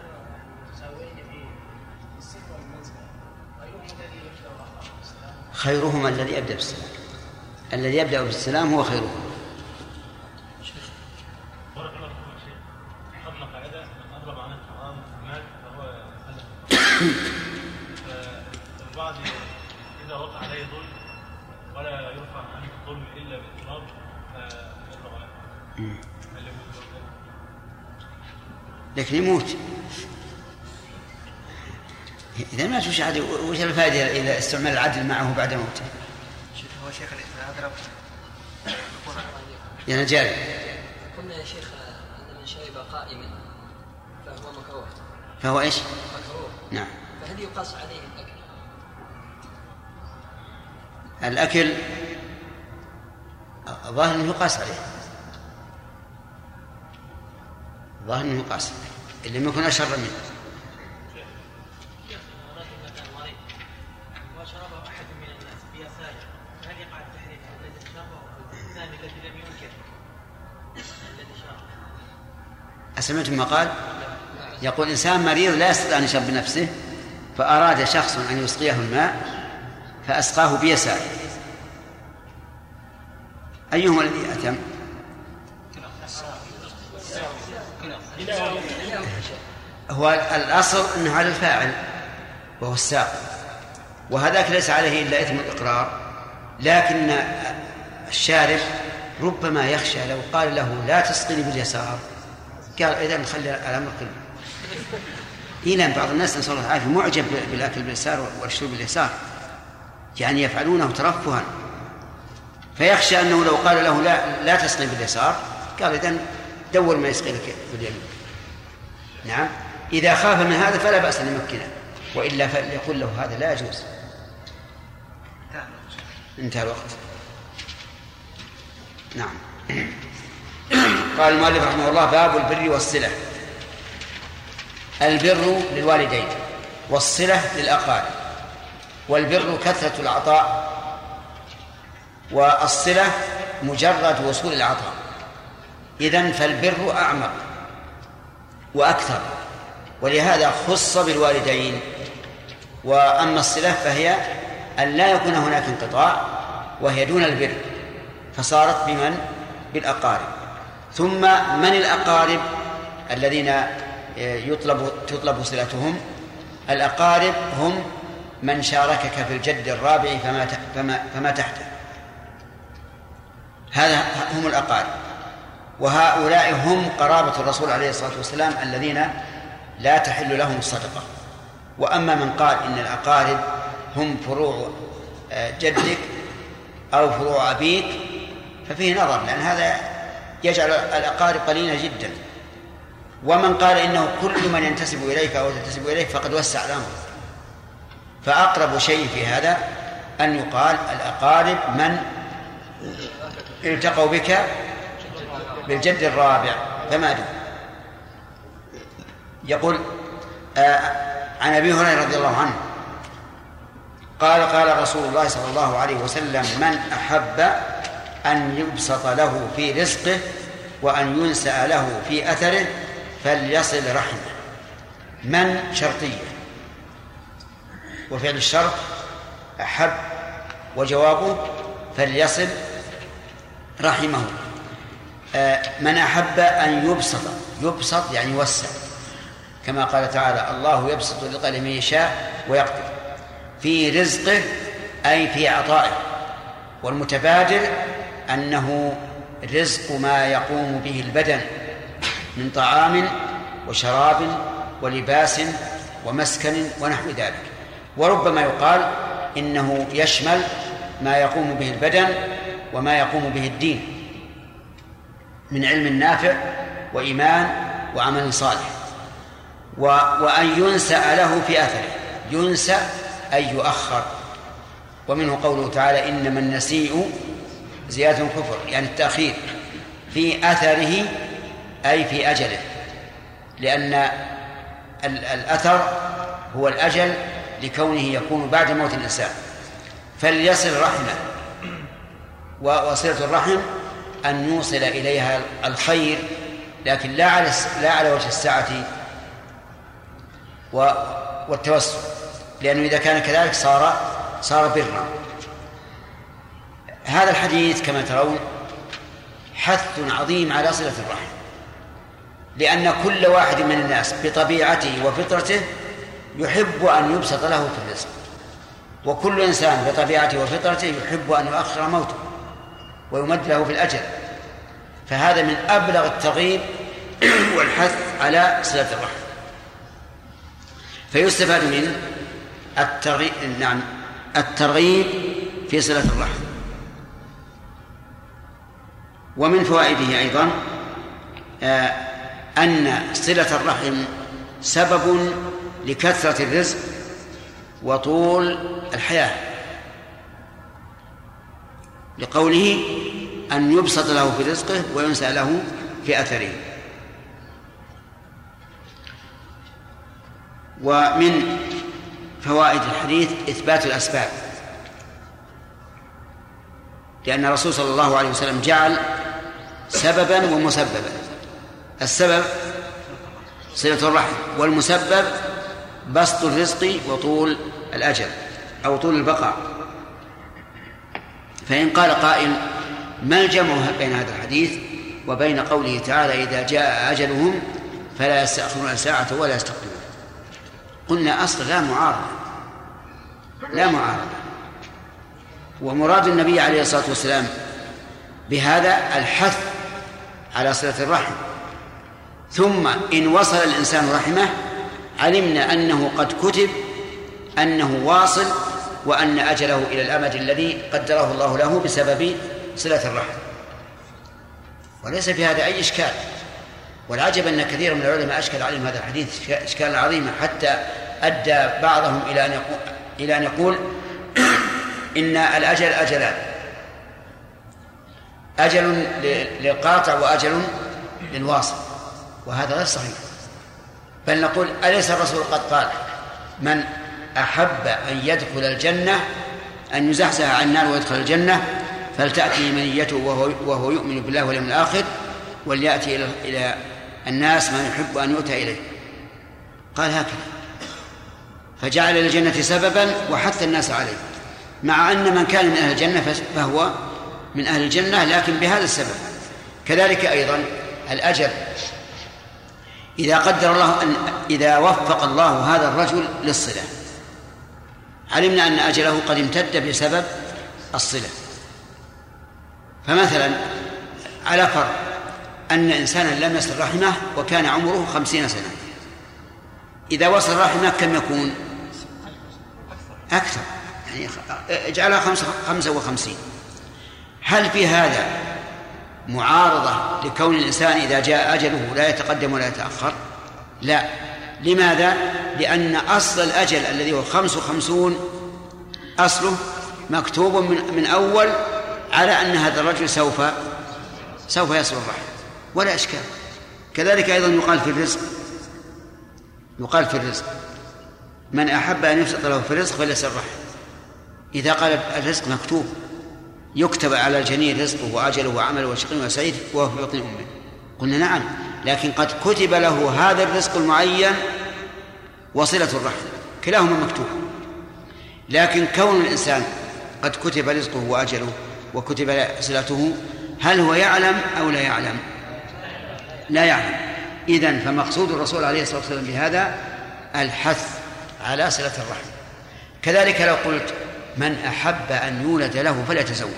خيرهما الذي يبدأ بالسلام، الذي يبدأ بالسلام هو خيرهما. بارك الله فيكم يا شيخ. أخذنا قاعدة من أضرب عن الحرام المال فهو فالبعض إذا وقع عليه ظلم ولا يرفع عنه الظلم إلا بالإضراب فيضرب عليه. لكن يموت إذا ما توش عادي وش الفائدة إذا استعمل العدل معه بعد موته؟ هو شيخ هذا يعني جاري. قلنا يا شيخ أن من شرب قائما فهو مكروه. فهو إيش؟ مكروه. نعم. فهل يقاس عليه الأكل؟ الأكل ظاهر أنه يقاس عليه. ظاهر أنه يقاس اللي ما يكون أشر منه. أسمعتم ما قال؟ يقول إنسان مريض لا يستطيع أن يشرب بنفسه فأراد شخص أن يسقيه الماء فأسقاه بيساره، أيهما الذي أتم؟ هو الأصل أنه على الفاعل وهو الساق، وهذاك ليس عليه إلا إثم الإقرار، لكن الشارب ربما يخشى لو قال له لا تسقني باليسار قال إذا نخلي الأمر كله. إلى بعض الناس نسأل الله العافية معجب بالأكل باليسار والشرب باليسار، يعني يفعلونه ترفها، فيخشى أنه لو قال له لا لا تسقي باليسار قال إذا دور ما يسقي لك باليمين. نعم، إذا خاف من هذا فلا بأس أن يمكنه، وإلا فليقول له هذا لا يجوز. انتهى الوقت. نعم. قال المؤلف رحمه الله: باب البر والصلة. البر للوالدين والصلة للأقارب، والبر كثرة العطاء، والصلة مجرد وصول العطاء. إذن فالبر أعمق وأكثر، ولهذا خص بالوالدين. وأما الصلة فهي أن لا يكون هناك انقطاع، وهي دون البر، فصارت بمن؟ بالأقارب. ثم من الأقارب الذين يطلب تطلب صلتهم؟ الأقارب هم من شاركك في الجد الرابع فما فما فما تحته، هذا هم الأقارب. وهؤلاء هم قرابة الرسول عليه الصلاة والسلام الذين لا تحل لهم الصدقة. وأما من قال إن الأقارب هم فروع جدك أو فروع أبيك ففيه نظر، لأن هذا يجعل الأقارب قليلة جدا. ومن قال إنه كل من ينتسب إليك أو تنتسب إليك فقد وسع الأمر، فأقرب شيء في هذا أن يقال الأقارب من التقوا بك بالجد الرابع فما دون. يقول آه عن أبي هريرة رضي الله عنه قال: قال رسول الله صلى الله عليه وسلم: من أحب أن يبسط له في رزقه وأن ينسأ له في أثره فليصل رحمه. من شرطية، وفعل الشرط أحب، وجوابه فليصل رحمه. آه من أحب أن يبسط، يبسط يعني يوسع، كما قال تعالى: الله يبسط الرزق لمن يشاء ويقدر. في رزقه أي في عطائه، والمتبادر أنه رزق ما يقوم به البدن من طعام وشراب ولباس ومسكن ونحو ذلك. وربما يقال إنه يشمل ما يقوم به البدن وما يقوم به الدين من علم نافع وإيمان وعمل صالح. وأن ينسأ له في أثره، ينسأ أي يؤخر. ومنه قوله تعالى: إنما النسيء زيادة كفر، يعني التأخير. في أثره أي في أجله، لأن الأثر هو الأجل لكونه يكون بعد موت الإنسان. فليصل رحمه، وصلة الرحم أن يوصل إليها الخير، لكن لا على لا على وجه السعة والتوسع، لأنه إذا كان كذلك صار صار برا. هذا الحديث كما ترون حث عظيم على صلة الرحم، لأن كل واحد من الناس بطبيعته وفطرته يحب أن يبسط له في الرزق، وكل إنسان بطبيعته وفطرته يحب أن يؤخر موته ويمد له في الأجل. فهذا من أبلغ الترغيب والحث على صلة الرحم. فيستفاد منه الترغيب نعم الترغيب في صلة الرحم. ومن فوائده أيضا أن صلة الرحم سبب لكثرة الرزق وطول الحياة، لقوله أن يبسط له في رزقه وينسى له في أثره. ومن فوائد الحديث إثبات الأسباب، لأن الرسول صلى الله عليه وسلم جعل سببا ومسببا. السبب صلة الرحم، والمسبب بسط الرزق وطول الأجل أو طول البقاء. فإن قال قائل ما الجمع بين هذا الحديث وبين قوله تعالى إذا جاء أجلهم فلا يستأخرون ساعة ولا يستقدمون؟ قلنا أصلا لا معارضة، لا معارضة. ومراد النبي عليه الصلاة والسلام بهذا الحث على صلة الرحم. ثم إن وصل الإنسان رحمه علمنا أنه قد كتب أنه واصل وأن أجله إلى الأمد الذي قدره الله له بسبب صلة الرحم، وليس في هذا أي إشكال. والعجب أن كثير من العلماء أشكل عليهم هذا الحديث إشكالا عظيما، حتى أدى بعضهم إلى أن يقول, إلى أن يقول إن الأجل أجلان، أجل للقاطع وأجل للواصل، وهذا غير صحيح. بل نقول أليس الرسول قد قال من أحب أن يدخل الجنة أن يزحزح عن النار ويدخل الجنة فلتأتي منيته وهو, وهو يؤمن بالله واليوم الآخر وليأتي إلى, إلى الناس ما يحب أن يؤتى إليه. قال هكذا، فجعل الجنة سببا وحث الناس عليه، مع أن من كان من أهل الجنة فهو من أهل الجنة لكن بهذا السبب. كذلك أيضا الأجل، إذا قدر الله أن إذا وفق الله هذا الرجل للصلة علمنا أن أجله قد امتد بسبب الصلة. فمثلا على فرض أن إنسانا لم يصل رحمه وكان عمره خمسين سنة، إذا وصل رحمه كم يكون؟ أكثر، يعني اجعلها خمسة, خمسة وخمسين. هل في هذا معارضة لكون الإنسان إذا جاء أجله لا يتقدم ولا يتأخر؟ لا. لماذا؟ لأن أصل الأجل الذي هو خمس وخمسون أصله مكتوب من, من أول على أن هذا الرجل سوف سوف يصل الرحم ولا إشكال. كذلك أيضا يقال في الرزق، يقال في الرزق من أحب أن يبسط له في الرزق فليصل الرحم. إذا قال الرزق مكتوب يكتب على الجنين رزقه وأجله وعمله وشقي وسعيد وهو في بطن أمه، قلنا نعم، لكن قد كتب له هذا الرزق المعين وصلة الرحم، كلاهما مكتوب. لكن كون الإنسان قد كتب رزقه وأجله وكتب صلته، هل هو يعلم أو لا يعلم؟ لا يعلم. إذن فمقصود الرسول عليه الصلاة والسلام بهذا الحث على صلة الرحم. كذلك لو قلت من أحب أن يولد له فليتزوج،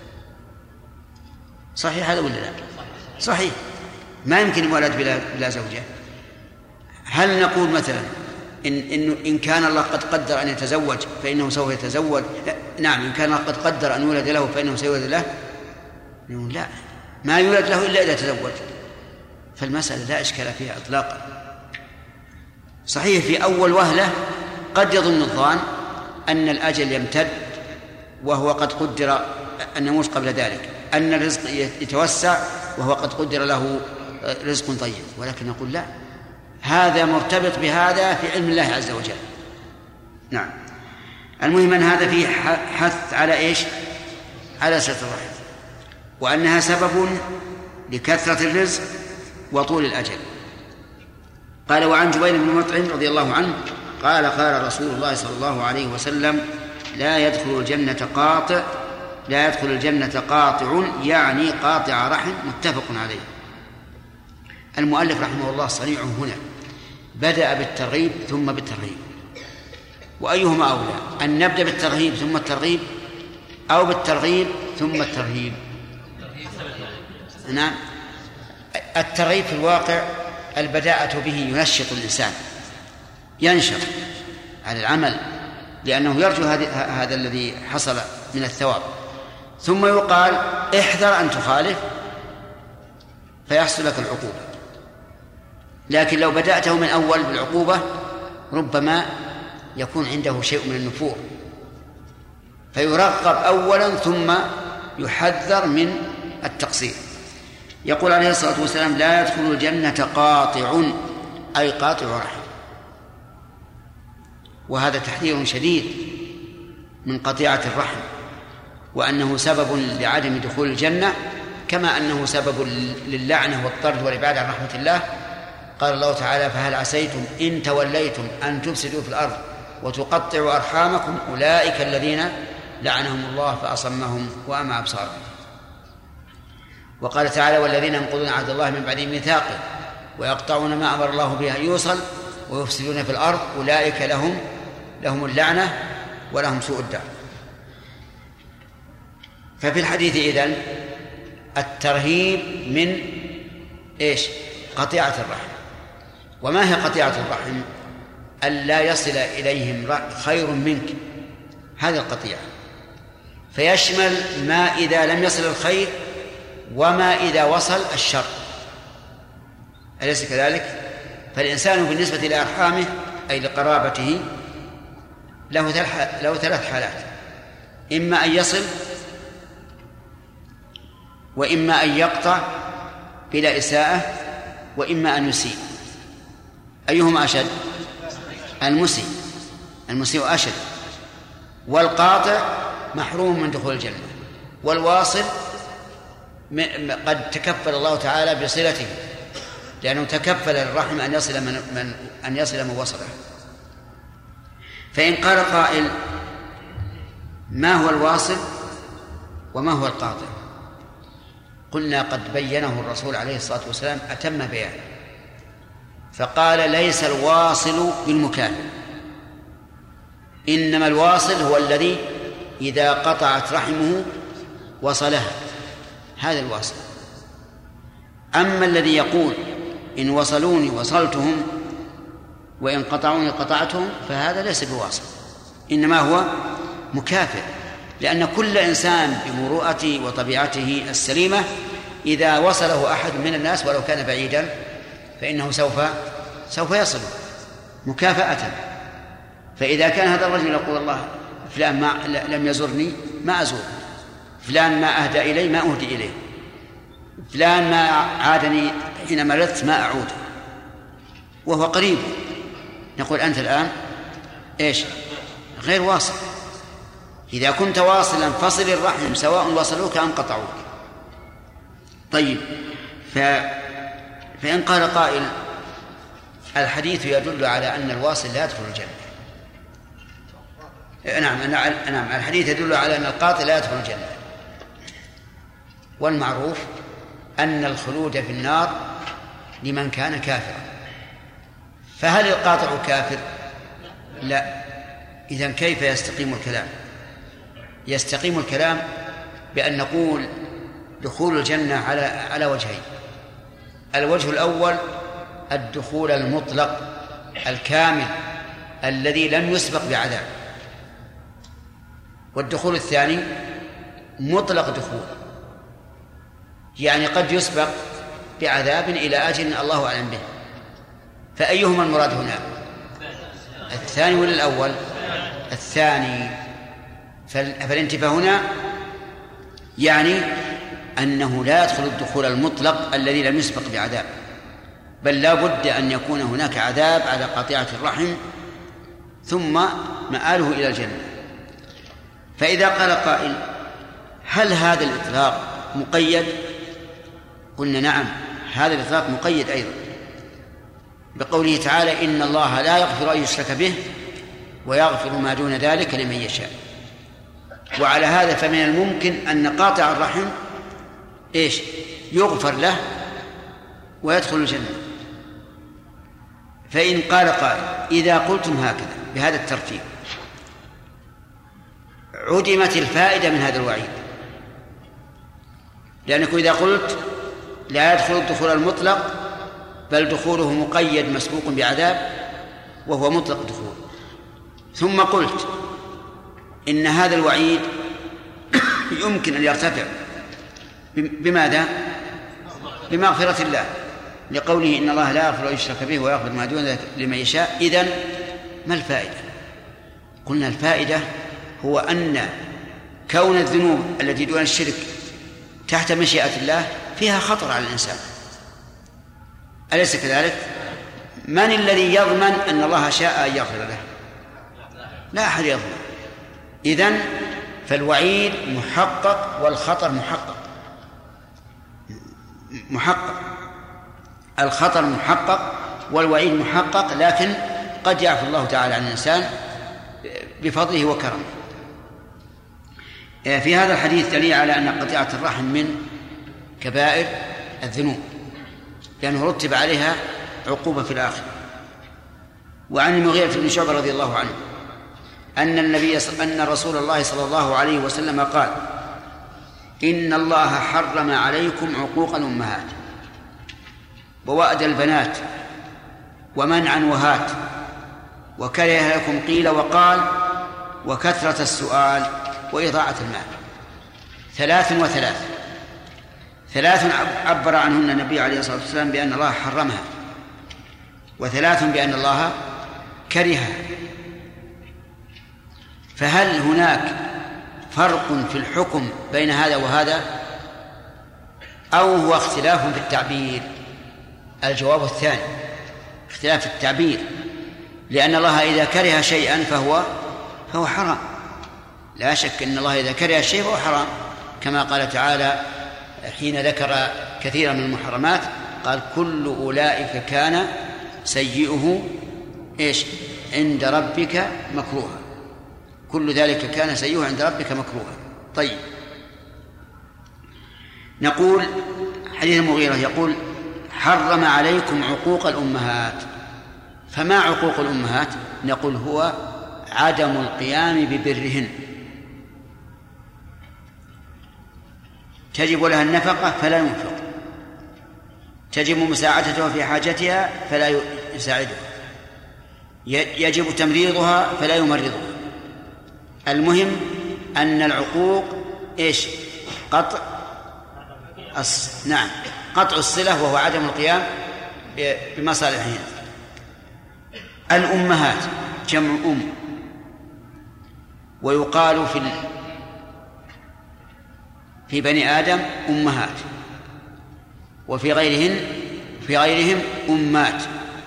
صحيح هذا ولا لا؟ صحيح، ما يمكن يولد بلا, بلا زوجة. هل نقول مثلا إن, إن, إن كان الله قد قدر أن يتزوج فإنه سوف يتزوج؟ نعم، إن كان الله قد قدر أن يولد له فإنه سيولد له؟ نقول لا، ما يولد له إلا إذا تزوج. فالمسألة لا إشكال فيها إطلاقا. صحيح في أول وهلة قد يظن الظان أن الأجل يمتد وهو قد قدر أن يموت قبل ذلك، أن الرزق يتوسع وهو قد قدر له رزق طيب، ولكن نقول لا، هذا مرتبط بهذا في علم الله عز وجل. نعم. المهم أن هذا فيه حث على إيش؟ على صلة الرحم، وأنها سبب لكثرة الرزق وطول الأجل. قال وعن جبير بن مطعم رضي الله عنه قال قال رسول الله صلى الله عليه وسلم لا يدخل الجنة قاطع لا يدخل الجنة قاطع، يعني قاطع رحم، متفق عليه. المؤلف رحمه الله صنيع هنا بدأ بالترغيب ثم بالترهيب، وأيهما أولى، أن نبدأ بالترهيب ثم الترغيب أو بالترغيب ثم الترهيب؟ نعم، الترغيب في الواقع البداءة به ينشط الإنسان، ينشط على العمل لأنه يرجو هذا الذي حصل من الثواب. ثم يقال احذر أن تخالف فيحصل لك العقوبة. لكن لو بدأته من أول بالعقوبة ربما يكون عنده شيء من النفور، فيرغب أولا ثم يحذر من التقصير. يقول عليه الصلاة والسلام لا يدخل الجنة قاطع، أي قاطع رحم، وهذا تحذير شديد من قطيعة الرحم، وأنه سبب لعدم دخول الجنة كما أنه سبب للعنة والطرد والإبعاد عن رحمة الله. قال الله تعالى فهل عسيتم إن توليتم أن تفسدوا في الأرض وتقطعوا أرحامكم أولئك الذين لعنهم الله فأصمهم وأعمى أبصارهم. وقال تعالى والذين ينقضون عهد الله من بعد ميثاقه ويقطعون ما أمر الله به أن يوصل ويفسدون في الأرض أولئك لهم لهم اللعنة ولهم سوء الدار. ففي الحديث إذن الترهيب من إيش؟ قطيعة الرحم. وما هي قطيعة الرحم؟ ألا يصل إليهم خير منك، هذه القطيعة، فيشمل ما إذا لم يصل الخير وما إذا وصل الشر، أليس كذلك؟ فالإنسان بالنسبة لأرحامه أي لقرابته له ثلاث حالات: إما أن يصل، وإما أن يقطع بلا إساءة، وإما أن يسيء. أيهما أشد؟ المسيء المسيء أشد. والقاطع محروم من دخول الجنة، والواصل قد تكفل الله تعالى بصلته، لأنه تكفل الرحم أن يصل من, من أن يصل من وصله. فإن قال قائل ما هو الواصل وما هو القاطع؟ قلنا قد بينه الرسول عليه الصلاة والسلام أتم بيان، فقال ليس الواصل بالمكافئ، إنما الواصل هو الذي إذا قطعت رحمه وصلها، هذا الواصل. أما الذي يقول إن وصلوني وصلتهم وإن قطعوني قطعتهم فهذا ليس بواصل، إنما هو مكافئ، لأن كل إنسان بمروءته وطبيعته السليمة إذا وصله أحد من الناس ولو كان بعيدا فإنه سوف سوف يصل مكافأة. فإذا كان هذا الرجل يقول الله فلان ما لم يزرني ما أزور، فلان ما أهدى إلي ما أهدي إليه، فلان ما عادني حين مرضت ما أعود، وهو قريب، نقول أنت الآن إيش؟ غير واصل. إذا كنت واصلا فصل الرحم سواء وصلوك أم قطعوك. طيب، ف... فإن قال قائل الحديث يدل على أن الواصل لا يدخل الجنة. نعم نعم الحديث يدل على أن القاطع لا يدخل الجنة، والمعروف أن الخلود في النار لمن كان كافرا. فهل القاطع كافر؟ لا. إذن كيف يستقيم الكلام؟ يستقيم الكلام بأن نقول دخول الجنة على على وجهين. الوجه الأول الدخول المطلق الكامل الذي لم يسبق بعذاب، والدخول الثاني مطلق دخول، يعني قد يسبق بعذاب إلى أجل الله أعلم به. فأيهما المراد هنا؟ الثاني ولا الأول؟ الثاني. فالانتفاع هنا يعني أنه لا يدخل الدخول المطلق الذي لم يسبق بعذاب، بل لا بد أن يكون هناك عذاب على قطيعة الرحم ثم مآله إلى الجنة. فإذا قال قائل هل هذا الإطلاق مقيد؟ قلنا نعم، هذا الإطلاق مقيد أيضا بقوله تعالى إن الله لا يغفر أن يشرك به ويغفر ما دون ذلك لمن يشاء. وعلى هذا فمن الممكن أن قاطع الرحم إيش؟ يغفر له ويدخل الجنة. فإن قال قائل إذا قلتم هكذا بهذا الترتيب عدمت الفائدة من هذا الوعيد، لأنك إذا قلت لا يدخل الدخول المطلق بل دخوله مقيد مسبوق بعذاب وهو مطلق دخول، ثم قلت إن هذا الوعيد يمكن أن يرتفع بماذا؟ بمغفرة الله، لقوله إن الله لا يغفر أن يشرك به ويغفر ما دون ذلك لمن يشاء. إذن ما الفائدة؟ قلنا الفائدة هو أن كون الذنوب التي دون الشرك تحت مشيئة الله فيها خطر على الإنسان، أليس كذلك؟ من الذي يضمن أن الله شاء أن يغفر له؟ لا أحد يضمن. إذن فالوعيد محقق والخطر محقق محقق الخطر محقق والوعيد محقق، لكن قد يعفو الله تعالى عن الإنسان بفضله وكرمه. في هذا الحديث دليل على أن قطيعة الرحم من كبائر الذنوب، لأنه رتب عليها عقوبة في الآخرة. وعن المغيرة بن شعبة رضي الله عنه أن النبي أن رسول الله صلى الله عليه وسلم قال: إن الله حرم عليكم عقوق الأمهات ووأد البنات ومنعا وهات وكره لكم قيل وقال وكثرة السؤال وإضاعة المال. ثلاث وثلاث ثلاث عبر عنهن النبي عليه الصلاة والسلام بأن الله حرمها، وثلاث بأن الله كرهها. فهل هناك فرق في الحكم بين هذا وهذا أو هو اختلاف في التعبير؟ الجواب الثاني، اختلاف في التعبير، لأن الله إذا كره شيئا فهو فهو حرام، لا شك أن الله إذا كره شيء فهو حرام، كما قال تعالى حين ذكر كثيرا من المحرمات قال: كل أولئك كان سيئه إيش عند ربك مكروها. كل ذلك كان سيئه عند ربك مكروها. طيب، نقول حديث المغيرة يقول: حرم عليكم عقوق الأمهات. فما عقوق الأمهات؟ نقول هو عدم القيام ببرهن، تجب لها النفقة فلا ينفق، تجب مساعدتها في حاجتها فلا يساعدها، يجب تمريضها فلا يمرضها. المهم أن العقوق إيش؟ قطع الص... نعم قطع الصلة، وهو عدم القيام بمصالحهن. الأمهات جمع أم، ويقال في ال... في بني آدم أمهات، وفي غيرهن في غيرهم أمات،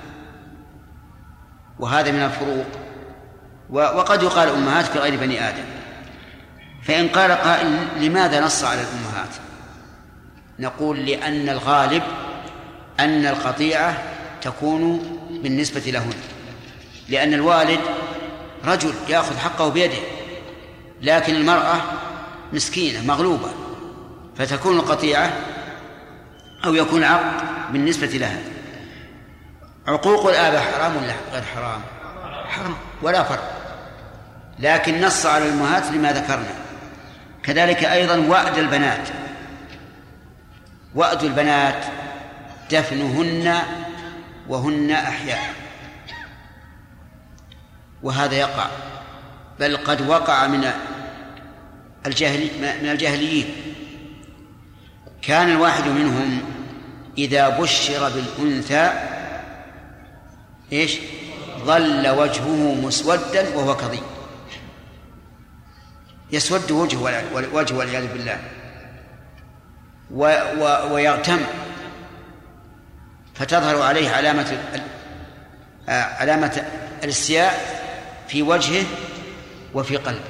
وهذا من الفروق. وقد يقال أمهات في غير بني آدم. فإن قال قائل: لماذا نص على الأمهات؟ نقول: لأن الغالب أن القطيعة تكون بالنسبة لهن، لأن الوالد رجل يأخذ حقه بيده، لكن المرأة مسكينة مغلوبة، فتكون القطيعة أو يكون العق بالنسبة لها. عقوق الآباء حرام ولا غير حرام؟ حرام ولا فرق، لكن نص على الأمهات لما ذكرنا. كذلك أيضا وأد البنات. وأد البنات دفنهن وهن أحياء، وهذا يقع، بل قد وقع من الجاهلي من الجاهليين. كان الواحد منهم إذا بشر بالأنثى إيش؟ ظل وجهه مسودا وهو كظيم، يسود وجهه وجهه والعياذ بالله، و و ويغتم، فتظهر عليه علامة علامة الاستياء في وجهه وفي قلبه.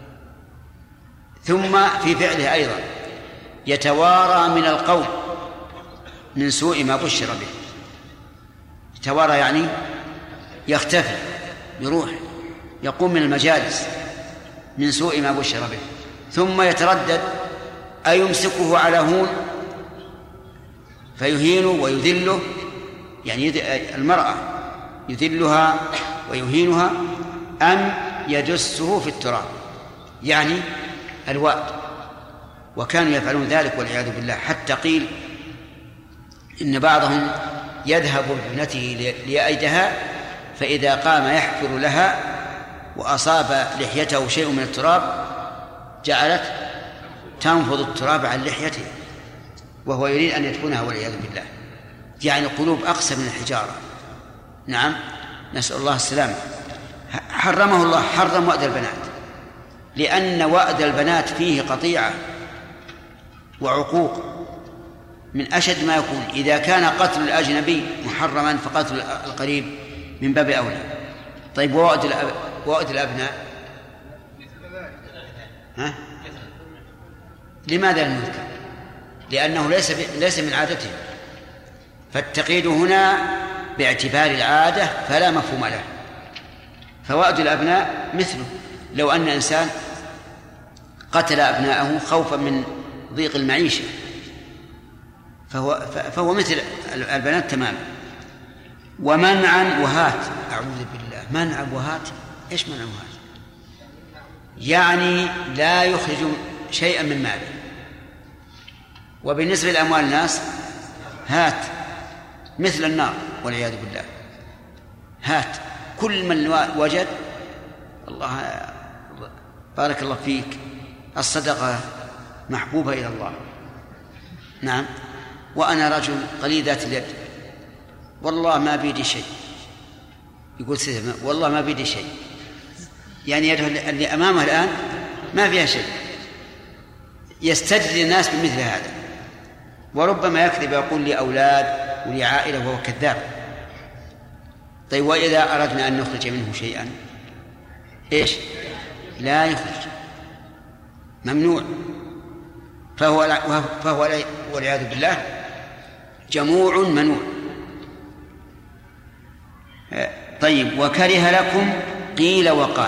ثم في فعله أيضا يتوارى من القوم من سوء ما بشر به. يتوارى يعني يختفي، يروح، يقوم من المجالس من سوء ما بشر به، ثم يتردد أيمسكه على هون فيهينه ويذله، يعني المرأة يذلها ويهينها، أم يدسه في التراب، يعني الوأد. وكانوا يفعلون ذلك والعياذ بالله، حتى قيل إن بعضهم يذهب بابنته ليأيدها، فإذا قام يحفر لها وأصاب لحيته شيء من التراب جعلت تنفض التراب عن لحيته وهو يريد أن يدفنها والعياذ بالله. يعني قلوب أقسى من الحجارة. نعم، نسأل الله السلامة. حرمه الله، حرم وأد البنات، لأن وأد البنات فيه قطيعة وعقوق من أشد ما يكون. إذا كان قتل الأجنبي محرما فقتل القريب من باب أولى. طيب ووأد الأب... ووأد الأبناء ها؟ لماذا المنكر؟ لأنه ليس ب... ليس من عادته، فالتقييد هنا باعتبار العادة فلا مفهوم له. فوأد الأبناء مثله، لو أن إنسان قتل أبناءه خوفا من ضيق المعيشة فهو, فهو مثل البنات تماما. ومنعا وهات، أعوذ بالله، منعا وهات. إيش منعا وهات؟ يعني لا يخرج شيئا من ماله. وبالنسبة لأموال الناس هات، مثل النار والعياذ بالله. هات، كل من وجد. الله بارك الله فيك، الصدقة محبوبة إلى الله. نعم، وأنا رجل قليل ذات اليد، والله ما بيدي شيء. يقول سيدنا والله ما بيدي شيء، يعني يده اللي أمامه الآن ما فيها شيء. يستجري الناس بمثل هذا، وربما يكذب يقول لي أولاد ولي عائلة وهو كذاب. طيب وإذا أردنا أن نخرج منه شيئا إيش؟ لا يخرج، ممنوع. فهو فهو والعياذ بالله جموع منوع. طيب وكره لكم قيل وقال.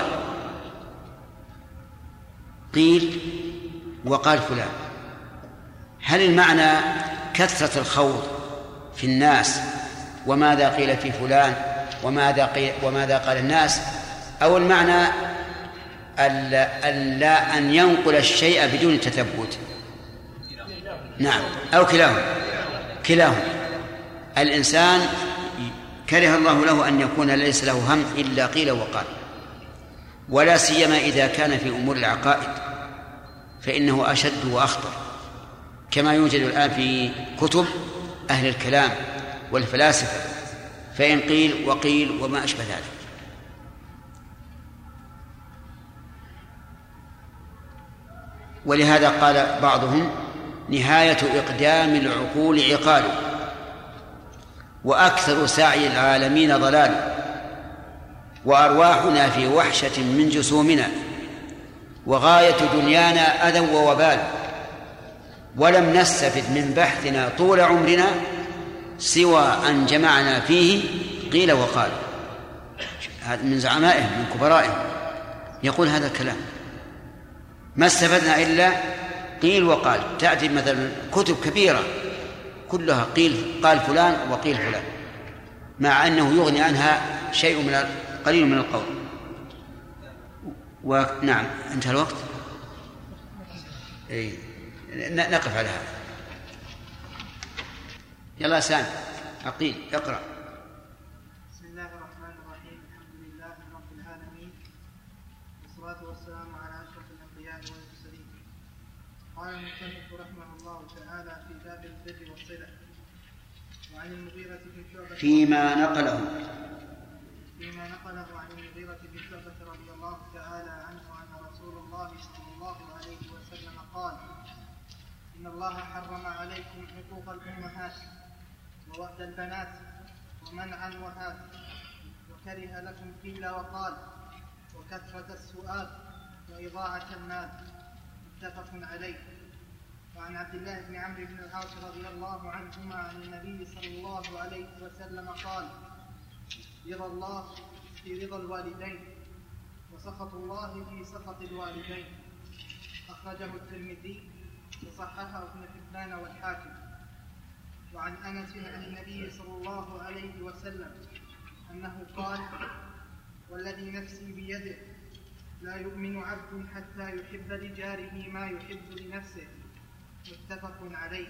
قيل وقال فلان، هل المعنى كثرة الخوض في الناس وماذا قيل في فلان وماذا قيل وماذا قال الناس، أو المعنى ألا أن ينقل الشيء بدون تثبت؟ نعم، أو كلاهما. كلاهما. الإنسان كره الله له أن يكون ليس له هم إلا قيل وقال، ولا سيما إذا كان في أمور العقائد فإنه أشد وأخطر، كما يوجد الآن في كتب أهل الكلام والفلاسفة، فإن قيل وقيل وما أشبه ذلك. ولهذا قال بعضهم نهاية إقدام العقول عقال، وأكثر سعي العالمين ضلال، وأرواحنا في وحشة من جسومنا، وغاية دنيانا أذى ووبال، ولم نستفد من بحثنا طول عمرنا سوى أن جمعنا فيه قيل وقال. هذا من زعمائهم من كبرائهم يقول هذا الكلام، ما استفدنا إلا قيل وقال. تأتي مثلا كتب كبيرة كلها قيل قال فلان وقيل فلان، مع أنه يغني عنها شيء من قليل من القول. ونعم انتهى الوقت. إيه. نقف على هذا. يلا سامي أقيل اقرأ. بسم الله الرحمن الرحيم. الحمد لله رب العالمين، والصلاة والسلام على أشرف الأنبياء والمرسلين. قال المصنف رحمه الله تعالى في باب البر والصلة، وعن المغيرة بن شعبة فيما نقله فيما نقله عن المغيرة بن شعبة رضي الله تعالى عنه أن رسول الله صلى الله عليه وسلم قال: إن الله حرم عليكم حقوق الأمهات ووأد البنات ومنعا وهات، وكره لكم قيل وقال وكثرة السؤال وإضاعة المال. متفق عليه. وعن عبد الله بن عمرو بن العاص رضي الله عنهما عن النبي صلى الله عليه وسلم قال: رضا الله في رضا الوالدين، وسخط الله في سخط الوالدين. أخرجه الترمذي وصححه ابن حبان والحاكم. وعن أنس عن النبي صلى الله عليه وسلم أنه قال: والذي نفسي بيده لا يؤمن عبد حتى يحب لجاره ما يحب لنفسه. متفق عليه.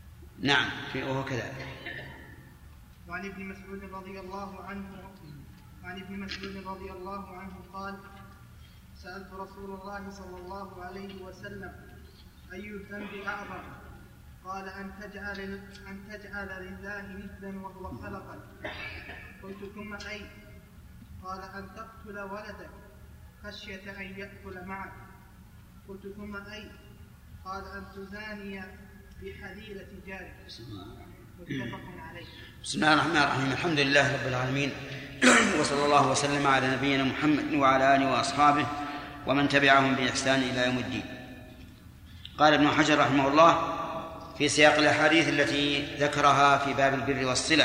نعم وهو كذلك. وعن ابن مسعود رضي الله عنه وعن ابن مسعود رضي الله عنه قال سألت رسول الله صلى الله عليه وسلم أي الذنب أعظم؟ قال أن تجعل, أن تجعل لله ندا وهو خلقك. قلت ثم أي؟ قال أن تقتل ولدك خشية أن يأكل معك. قلت ثم أي؟ قال أن تزاني بحليلة جارك. متفق عليه. بسم الله الرحمن الرحيم. الحمد لله رب العالمين، وصلى الله وسلم على نبينا محمد وعلى آله وأصحابه ومن تبعهم بإحسان إلى يوم الدين. قال ابن حجر رحمه الله في سياق الأحاديث التي ذكرها في باب البر والصلة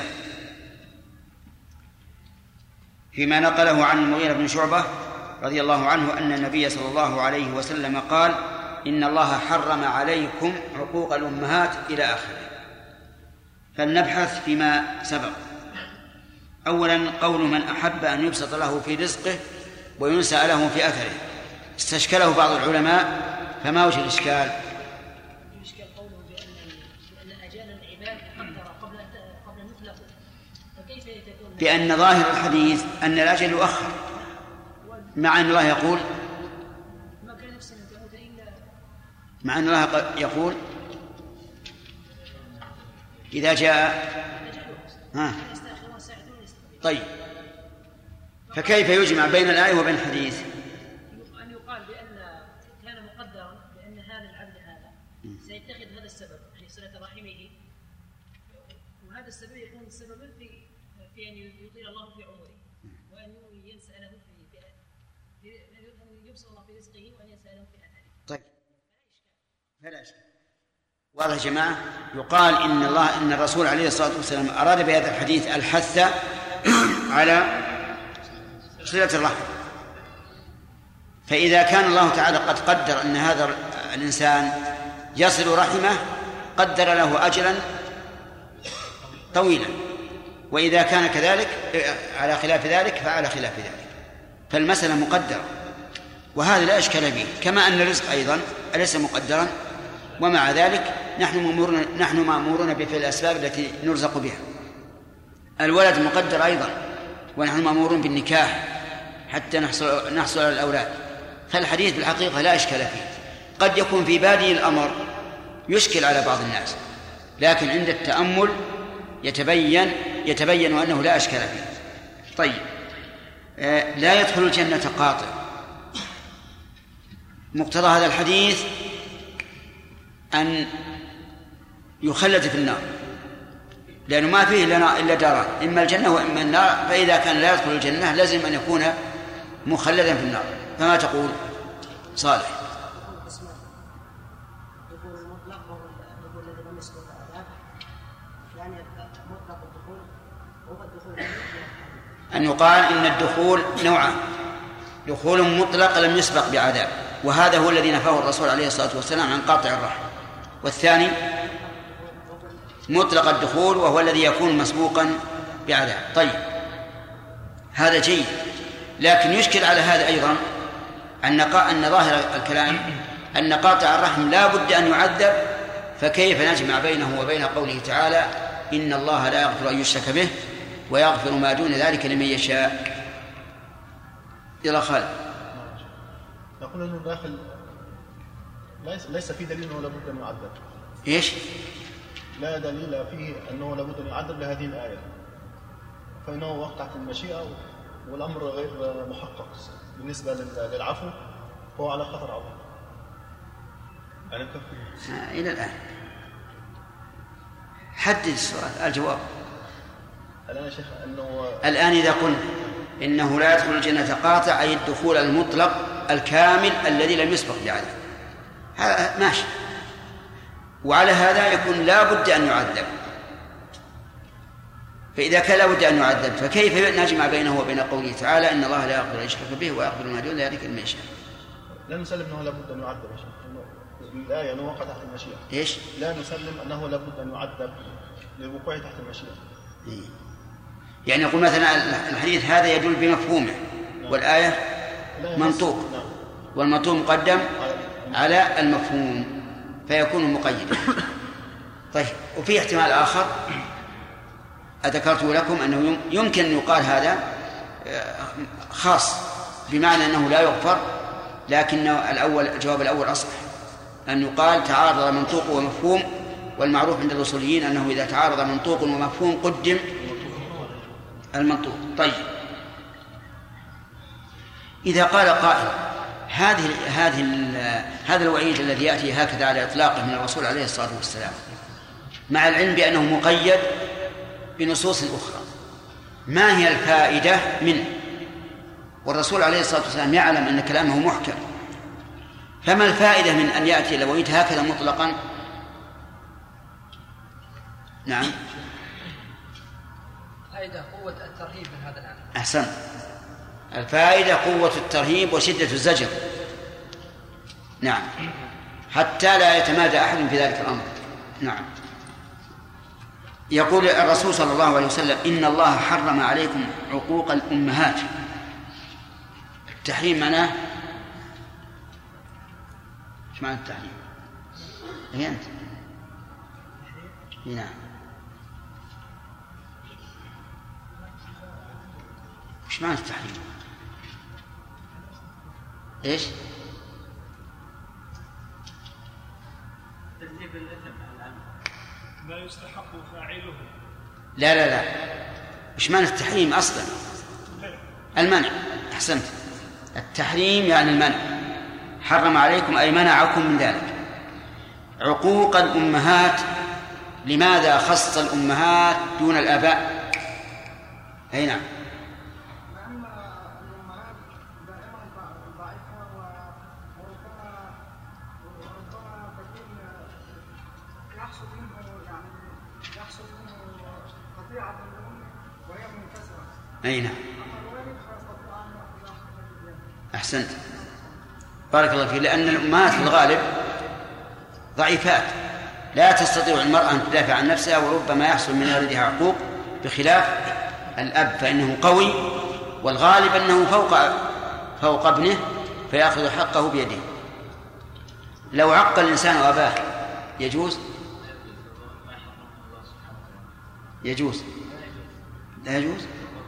فيما نقله عن المغيرة بن شعبة رضي الله عنه أن النبي صلى الله عليه وسلم قال إن الله حرم عليكم عقوق الأمهات إلى آخره. فلنبحث فيما سبق. أولا قول من أحب أن يبسط له في رزقه وينسأ له في أثره، استشكله بعض العلماء، فما وجه الإشكال؟ الإشكال قوله بأن بأن أجال العباد مقدرة قبل قبل أن يخلقوا، فكيف تكون؟ بأن ظاهر الحديث أن الأجل يؤخر، مع أن الله يقول ما كان نفس أن تموت إلا مع أن الله يقول إذا جاء ها. طيب، فكيف يجمع بين الآية وبين الحديث؟ أن يقال بأن كان مقدرا بأن هذا العبد هذا سيتخذ هذا السبب، يعني صلة رحمه، وهذا السبب يكون سببا في في أن يطيل الله في عمره، وأن ينسأ له في أن يبسط الله في رزقه وأن ينسأ له في أثره. طيب، فلا إشكال. واضح يا جماعة؟ يقال إن الله إن الرسول عليه الصلاة والسلام أراد بهذا الحديث الحث على صلة الرحم، فإذا كان الله تعالى قد قدر أن هذا الإنسان يصل رحمه قدر له أجلا طويلا، وإذا كان كذلك على خلاف ذلك فعلى خلاف ذلك، فالمسألة مقدرة، وهذا لا إشكال به، كما أن الرزق أيضا أليس مقدرا؟ ومع ذلك نحن مأمورون نحن مأمورون بفعل الأسباب التي نرزق بها. الولد مقدر أيضا، ونحن مأمورون بالنكاح حتى نحصل نحصل على الأولاد. فالحديث بالحقيقة لا إشكال فيه. قد يكون في بادئ الأمر يشكل على بعض الناس، لكن عند التأمل يتبين يتبين أنه لا إشكال فيه. طيب، آه لا يدخل الجنة قاطع. مقتضى هذا الحديث أن يخلد في النار، لأنه ما فيه إلا داران، إما الجنة وإما النار، فإذا كان لا يدخل الجنة لازم أن يكون مخلدا في النار. فما تقول صالح؟ أن يقال إن الدخول نوعان: دخول مطلق لم يسبق بعذاب، وهذا هو الذي نفاه الرسول عليه الصلاة والسلام عن قاطع الرحم، والثاني مطلق الدخول وهو الذي يكون مسبوقا بعذاب. طيب، هذا جيد، لكن يشكل على هذا أيضا أن أن ظاهر الكلام أن قاطع الرحم لا بد أن يعذب، فكيف نجمع بينه وبين قوله تعالى إن الله لا يغفر أن يشرك به ويغفر ما دون ذلك لمن يشاء؟ إلى خالد. نقول أنه داخل ليس ليس في دليل أنه لابد أن يعذب. إيش؟ لا دليل فيه أنه لابد أن يعذب لهذه الآية، فإنه وقع تحت المشيئة والأمر غير محقق بالنسبة للعفو، فهو على خطر عظيم. يعني آه إلى الآن حدد السؤال الجواب. الآن يا شيخ أنه الآن إذا قلنا إنه لا يدخل الجنة قاطع، أي الدخول المطلق الكامل الذي لم يسبق بعذاب، هذا ماشي، وعلى هذا يكون لا بد أن يعذب. فإذا كان لا بد أن يعذب فكيف نجمع بينه وبين قوله تعالى إن الله لا يغفر أن يشرك به ويغفر ما دون ذلك لمن يشاء؟ لا نسلم أنه لا بد أن يعذب يا شيخ، الآية أنه وقع تحت المشيئة. إيش؟ لا نسلم أنه لا بد أن يعذب لوقوعه تحت المشيئة. إيه؟ يعني يقول مثلا الحديث هذا يدل بمفهومه، والآية منطوق، والمنطوق مقدم على المفهوم فيكون مقيدا. طيب، وفي احتمال آخر أذكرت لكم أنه يمكن أن يقال هذا خاص بمعنى أنه لا يغفر، لكن الأول الجواب الأول أصح، أن يقال تعارض منطوق ومفهوم، والمعروف عند الأصوليين أنه إذا تعارض منطوق ومفهوم قدم المنطوق. طيب، إذا قال قائل هذه هذه هذا الوعيد الذي يأتي هكذا على إطلاقه من الرسول عليه الصلاة والسلام، مع العلم بأنه مقيد بنصوص أخرى، ما هي الفائدة منه؟ والرسول عليه الصلاة والسلام يعلم أن كلامه محكم، فما الفائدة من أن يأتي الوعيد هكذا مطلقا؟ نعم، فائدة قوة الترهيب من هذا العمل. أحسن، الفائدة قوة الترهيب وشدة الزجر، نعم، حتى لا يتمادى أحد في ذلك الأمر. نعم. يقول الرسول صلى الله عليه وسلم إن الله حرم عليكم عقوق الأمهات. التحريم معناه ايش معنى التحريم؟ هي أنت؟ نعم. ايش معنى التحريم؟ ايش؟ تجنيب الإثم على العمل، ما يستحق فاعله. لا لا لا، ايش معنى التحريم أصلا؟ المنع. أحسنت، التحريم يعني المنع، حرم عليكم أي منعكم من ذلك. عقوق الأمهات، لماذا خص الأمهات دون الآباء؟ أي نعم. أي نعم. أحسنت، بارك الله فيك، لأن الأمهات في الغالب ضعيفات، لا تستطيع المرأة أن تدافع عن نفسها، وربما يحصل من والدها عقوق، بخلاف الأب فإنه قوي، والغالب أنه فوق فوق ابنه فيأخذ حقه بيده. لو عق الإنسان أباه يجوز؟ يجوز؟ لا يجوز؟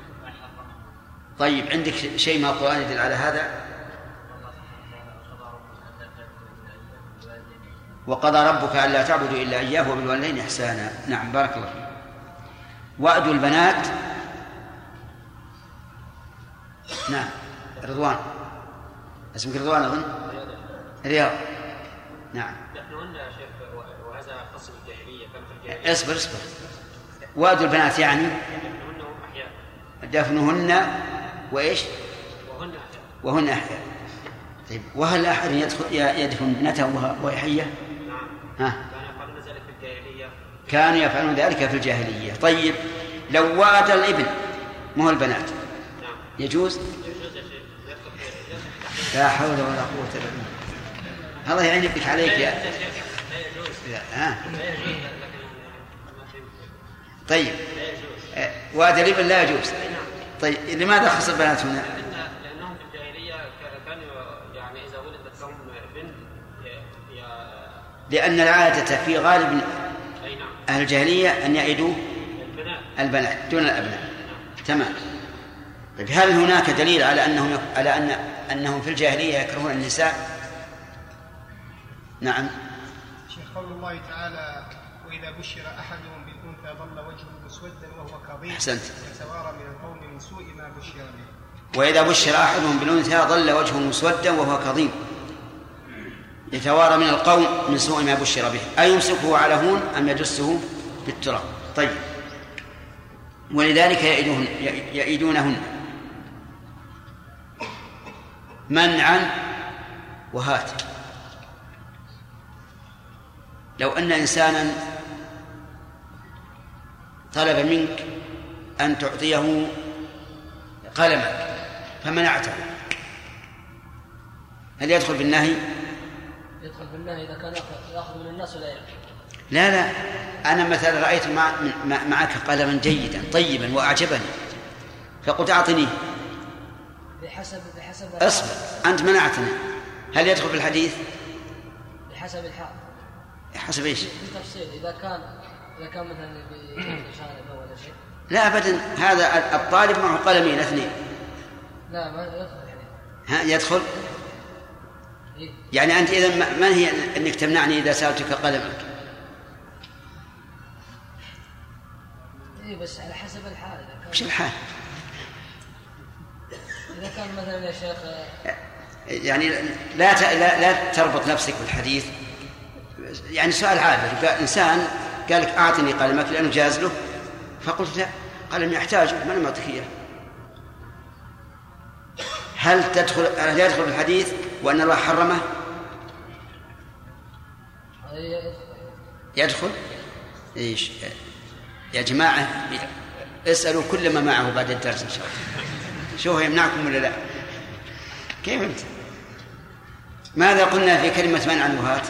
طيب، عندك شيء من القرآن يدل على هذا؟ وقضى ربك ألا تعبدوا إلا إياه وبالوالدين إحسانا. نعم، بارك الله فيك. وأدوا البنات. نعم، رضوان، اسمك رضوان أظن؟ رياض. نعم. دفنهن يا شيخ، وهذا خاص بالجاهلية، كان في الجاهلية. اصبر اصبر. وأدوا البنات يعني دفنهن وهم أحياء. دفنهن وإيش؟ وهن أحياء. وهن أحياء. طيب، وهل أحد يدخل يدفن ابنته وهي حية؟ نعم. ها؟ كانوا يفعلون ذلك في الجاهلية. كانوا يفعلون ذلك في الجاهلية. طيب، لو وأد الابن ما هو البنات؟ نعم. يجوز؟ يجوز يا شيخ. لا حول ولا قوة إلا بالله. الله يعين بك عليك يا. لا يجوز. ها. لا يجوز. طيب، وأد الابن لا يجوز. طيب، لماذا خص البنات هنا؟ لأنهم في الجاهلية كانوا يعني إذا ولدت لهم بنت لأن العادة في غالب أهل الجاهلية أن يعيدوا البنات دون الأبناء. تمام. طيب، هل هناك دليل على أنهم على أن أنهم في الجاهلية يكرهون النساء؟ نعم. شيخ، قول الله تعالى: وإذا بشر أحدهم بالأنثى ظل وجهه مسودا وهو كظيم. أحسنت. يتوارى من القوم من سوء ما بشر به. وإذا بشر أحدهم بالأنثى ظل وجهه مسودا وهو كظيم يتوارى من القوم من سوء ما بشر به، أيمسكه على هون أم يدسه بالتراب؟ طيب، ولذلك يئدون يئدونهن منعا وهات. لو أن إنسانا طلب منك أن تعطيه قلمك فمنعته، هل يدخل بالنهي؟ يدخل بالنهي إذا كان يأخذ من الناس ولا يأخذ. لا لا، أنا مثلا رأيت مع معك قلما جيدا طيبا وأعجبني فقلت أعطني. بحسب بحسب أصبر، أنت منعتني، هل يدخل في الحديث؟ بحسب الحال. حسب إيش؟ بالتفصيل، إذا كان إذا كان مثلا بشارب ولا شيء. لا أبدا، هذا الطالب معه قلمين اثنين لا ما يدخل الحديث. ها يدخل؟ إيه؟ يعني أنت إذا ما هي أنك تمنعني إذا سألتك قلمك؟ إيه بس على حسب الحال. وش الحال؟ إذا كان مثلا يا شيخ يعني لا لا لا تربط نفسك بالحديث. يعني سؤال عابر، إنسان قال لك أعطني قلمك لأنه جاز له، فقلت لا قلم يحتاجه ما أنا أعطيك إياه. هل تدخل هل يدخل الحديث وأن الله حرمه؟ يدخل؟ إيش يا جماعة اسألوا كل ما معه بعد الدرس إن شاء الله. شو يمنعكم ولا لا؟ كيف أنت؟ ماذا قلنا في كلمة منع الوهات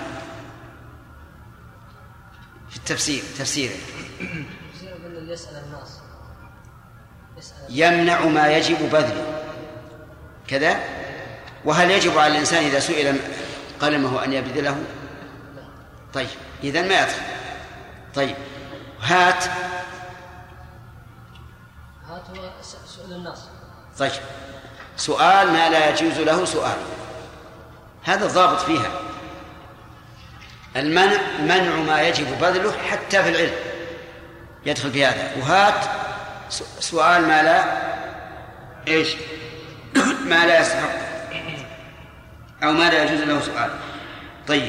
في التفسير؟ تفسيره يسأل الناس يمنع ما يجب بذله كذا. وهل يجب على الإنسان إذا سئل قلمه أن يبذله؟ طيب إذن ما يدخل. طيب هات هات هو سؤال الناس. طيب سؤال ما لا يجوز له سؤال، هذا الضابط فيها. المنع منع ما يجب بذله حتى في العلم يدخل في هذا. وهات سؤال ما لا إيش ما لا يستحق أو ما لا يجوز له سؤال. طيب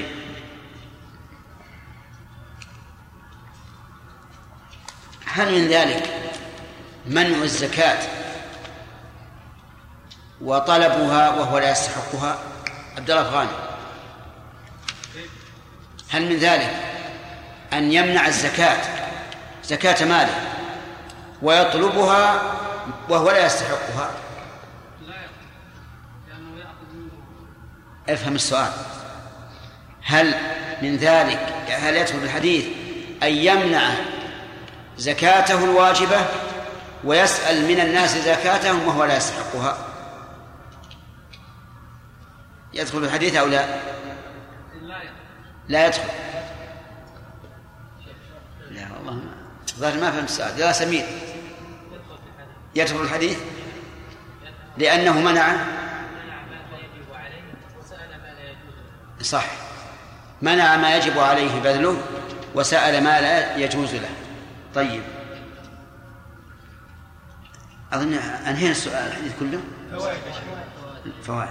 هل من ذلك منع الزكاة وطلبها وهو لا يستحقها؟ عبد الله الغاني، هل من ذلك أن يمنع الزكاة زكاة ماله ويطلبها وهو لا يستحقها؟ افهم السؤال. هل من ذلك هل يدخل الحديث أن يمنع زكاته الواجبة ويسأل من الناس زكاتهم وهو لا يستحقها؟ يدخل الحديث أو لا؟ لا يدخل. لا والله ظاهر ما فهم السؤال. يا سمير يدخل الحديث لأنه منع صح منع ما يجب عليه بذله وسأل ما لا يجوز له. طيب أظن أنهينا السؤال الحديث كله. فوائد.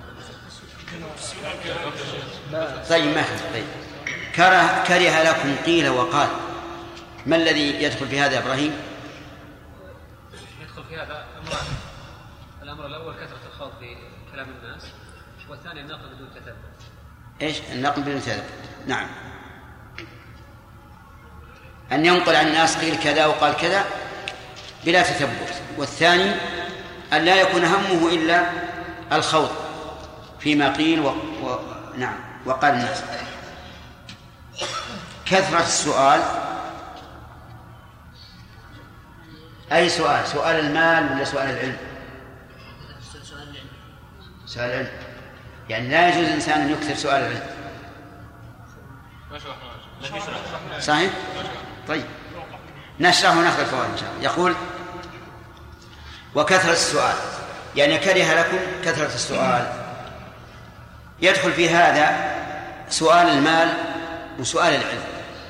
طيب ما طيب كره كره لكم قيل وقال. ما الذي يدخل في هذا يا إبراهيم؟ يدخل في هذا أمران. الأمر الأول كثرة الخوض في كلام الناس، والثاني النقل بدون تثبت. إيش النقل بدون تثبت؟ نعم، أن ينقل عن الناس قيل كذا وقال كذا بلا تثبت. والثاني أن لا يكون همه إلا الخوض فيما قيل و... و... نعم وقال الناس. كثرة السؤال أي سؤال؟ سؤال المال ولا سؤال العلم؟ سؤال العلم. يعني لا يجوز الإنسان أن يكثر سؤال العلم. صحيح؟ طيب نشرح ونأخذ الفوائد إن شاء الله. يقول وكثرة السؤال يعني كره لكم كثرة السؤال. يدخل في هذا سؤال المال وسؤال العلم،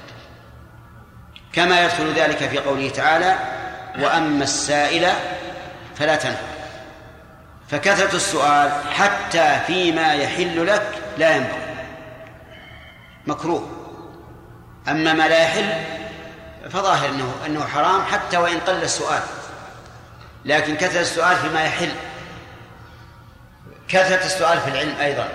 كما يدخل ذلك في قوله تعالى وأما السائل فلا تنهر. فكثرة السؤال حتى فيما يحل لك لا ينبغي، مكروه. أما ما لا يحل فظاهر أنه, أنه حرام حتى وإن قل السؤال. لكن كثرة السؤال فيما يحل، كثرة السؤال في العلم أيضا،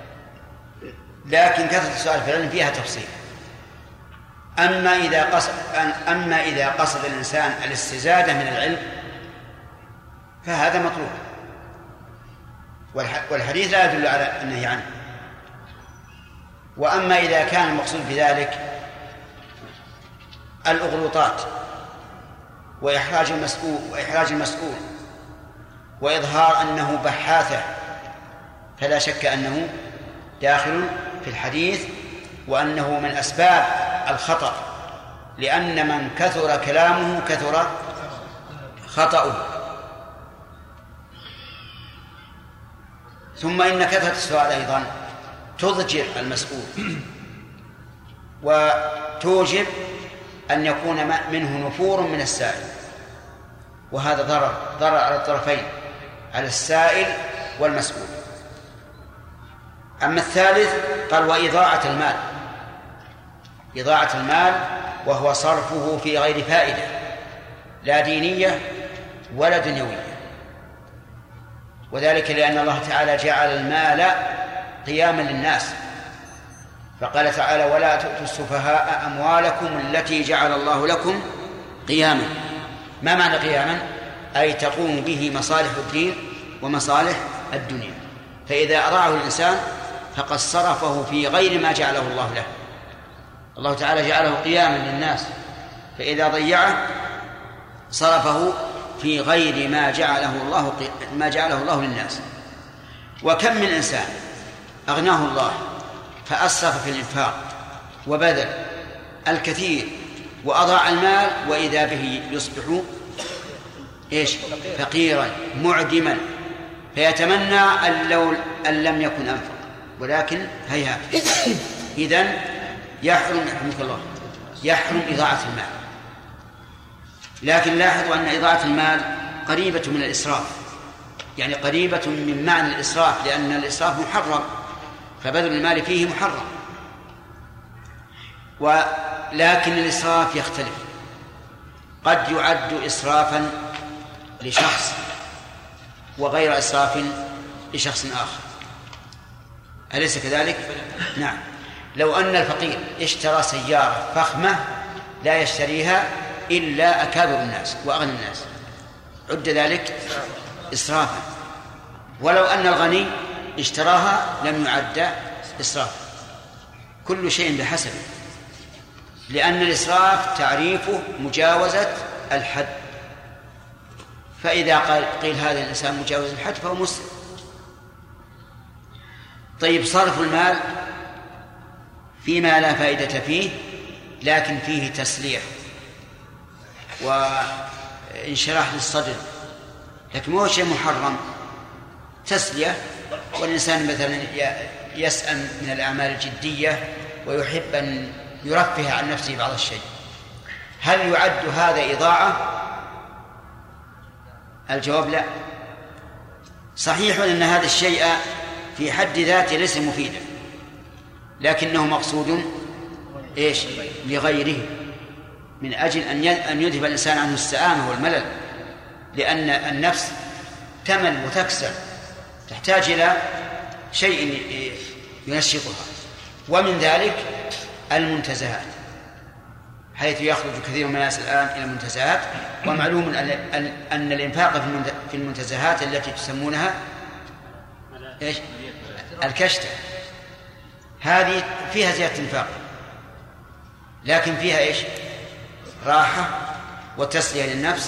لكن كثرة السؤال في العلم فيها تفصيل. أما إذا قصد أما إذا قصد الإنسان الاستزادة من العلم فهذا مطلوب، والحديث لا يدل على النهي عنه. وأما إذا كان المقصود بذلك الأغلوطات وإحراج المسؤول وإحراج المسؤول وإظهار أنه بحاثة فلا شك أنه داخل في الحديث وأنه من أسباب الخطأ، لأن من كثر كلامه كثر خطأه. ثم إن كثرة السؤال أيضا تضجر المسؤول وتوجب أن يكون منه نفور من السائل، وهذا ضرر ضرر على الطرفين، على السائل والمسؤول. أما الثالث قال وإضاعة المال، إضاعة المال وهو صرفه في غير فائدة لا دينية ولا دنيوية، وذلك لأن الله تعالى جعل المال قياما للناس، فقال تعالى ولا تؤتوا السفهاء أموالكم التي جعل الله لكم قياما. ما معنى قياما؟ أي تقوم به مصالح الدين ومصالح الدنيا، فإذا أضاعه الإنسان فقد صرفه في غير ما جعله الله له. الله تعالى جعله قياما للناس، فإذا ضيعه صرفه في غير ما جعله الله ما جعله الله للناس. وكم من إنسان أغناه الله فأسرف في الإنفاق وبذل الكثير وأضاع المال، وإذا به يصبح إيش؟ فقيرا معدما، فيتمنى أن لو أن لم يكن أنفق، ولكن هيهات. إذن يحرم يحرمك الله يحرم إضاعة المال. لكن لاحظوا أن إضاعة المال قريبة من الإسراف، يعني قريبة من معنى الإسراف، لأن الإسراف محرم، فبذل المال فيه محرم. ولكن الإسراف يختلف، قد يعد إسرافا لشخص وغير إسراف لشخص آخر، أليس كذلك؟ نعم. لو أن الفقير اشترى سيارة فخمة لا يشتريها إلا أكابر الناس وأغنى الناس، عد ذلك إسرافا. ولو أن الغني اشتراها لم يعد إسرافا. كل شيء بحسبه، لأن الإسراف تعريفه مجاوزة الحد، فإذا قال قيل هذا الإنسان مجاوز الحد فهو مسلم. طيب، صرف المال فيما لا فائدة فيه لكن فيه تسليح وانشراح للصدر، لكن ما هو شيء محرم، تسلية. والإنسان مثلا يسأم من الأعمال الجدية ويحب أن يرفه عن نفسه بعض الشيء، هل يعد هذا إضاعة؟ الجواب لا. صحيح أن هذا الشيء في حد ذاته ليس مفيدا، لكنه مقصود إيش؟ لغيره، من أجل أن يذهب الإنسان عنه السآمة والملل، لأن النفس تمل وتكسل، تحتاج إلى شيء ينشطها. ومن ذلك المنتزهات، حيث يخرج كثير من الناس الآن إلى المنتزهات. ومعلوم أن الإنفاق في المنتزهات التي تسمونها إيش؟ الكشتة، هذه فيها زيادة إنفاق، لكن فيها إيش؟ راحة وتسلية للنفس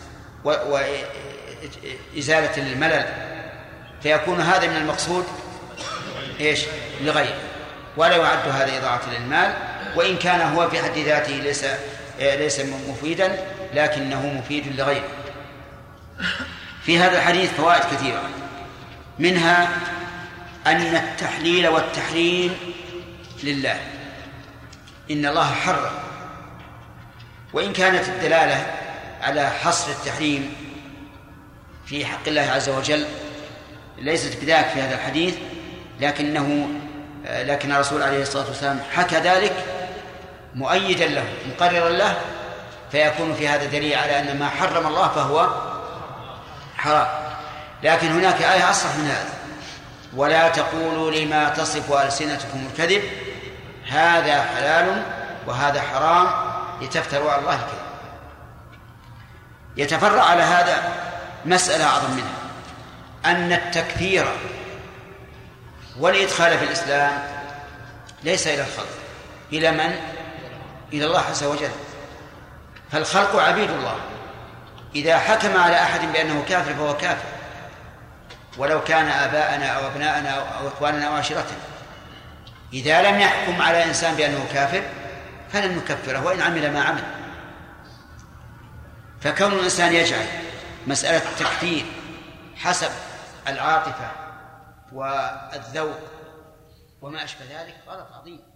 وإزالة الملل، فيكون هذا من المقصود إيش؟ لغيره، ولا يعد هذا إضاعة للمال، وإن كان هو في حد ذاته ليس ليس مفيدا، لكنه مفيد لغيره. في هذا الحديث فوائد كثيرة، منها أن التحليل والتحريم لله، إن الله حرم، وإن كانت الدلالة على حصر التحريم في حق الله عز وجل ليست بذاك في هذا الحديث، لكنه لكن الرسول عليه الصلاة والسلام حكى ذلك مؤيدا له مقررا له، فيكون في هذا دليل على أن ما حرم الله فهو حرام. لكن هناك آية أصح من هذا: ولا تقولوا لما تصف ألسنتكم الكذب هذا حلال وهذا حرام لتفتروا على الله الكذب. يتفرع على هذا مسألة أعظم منها، أن التكفير والإدخال في الإسلام ليس إلى الخلق، إلى من؟ إلى الله عز وجل. فالخلق عبيد الله، إذا حكم على أحد بأنه كافر فهو كافر، ولو كان آباءنا أو أبناءنا أو إخواننا أو عشيرتنا. إذا لم يحكم على إنسان بأنه كافر فلن نكفره وإن عمل ما عمل. فكون الإنسان يجعل مسألة التكفير حسب العاطفة والذوق وما أشبه ذلك غلط عظيم.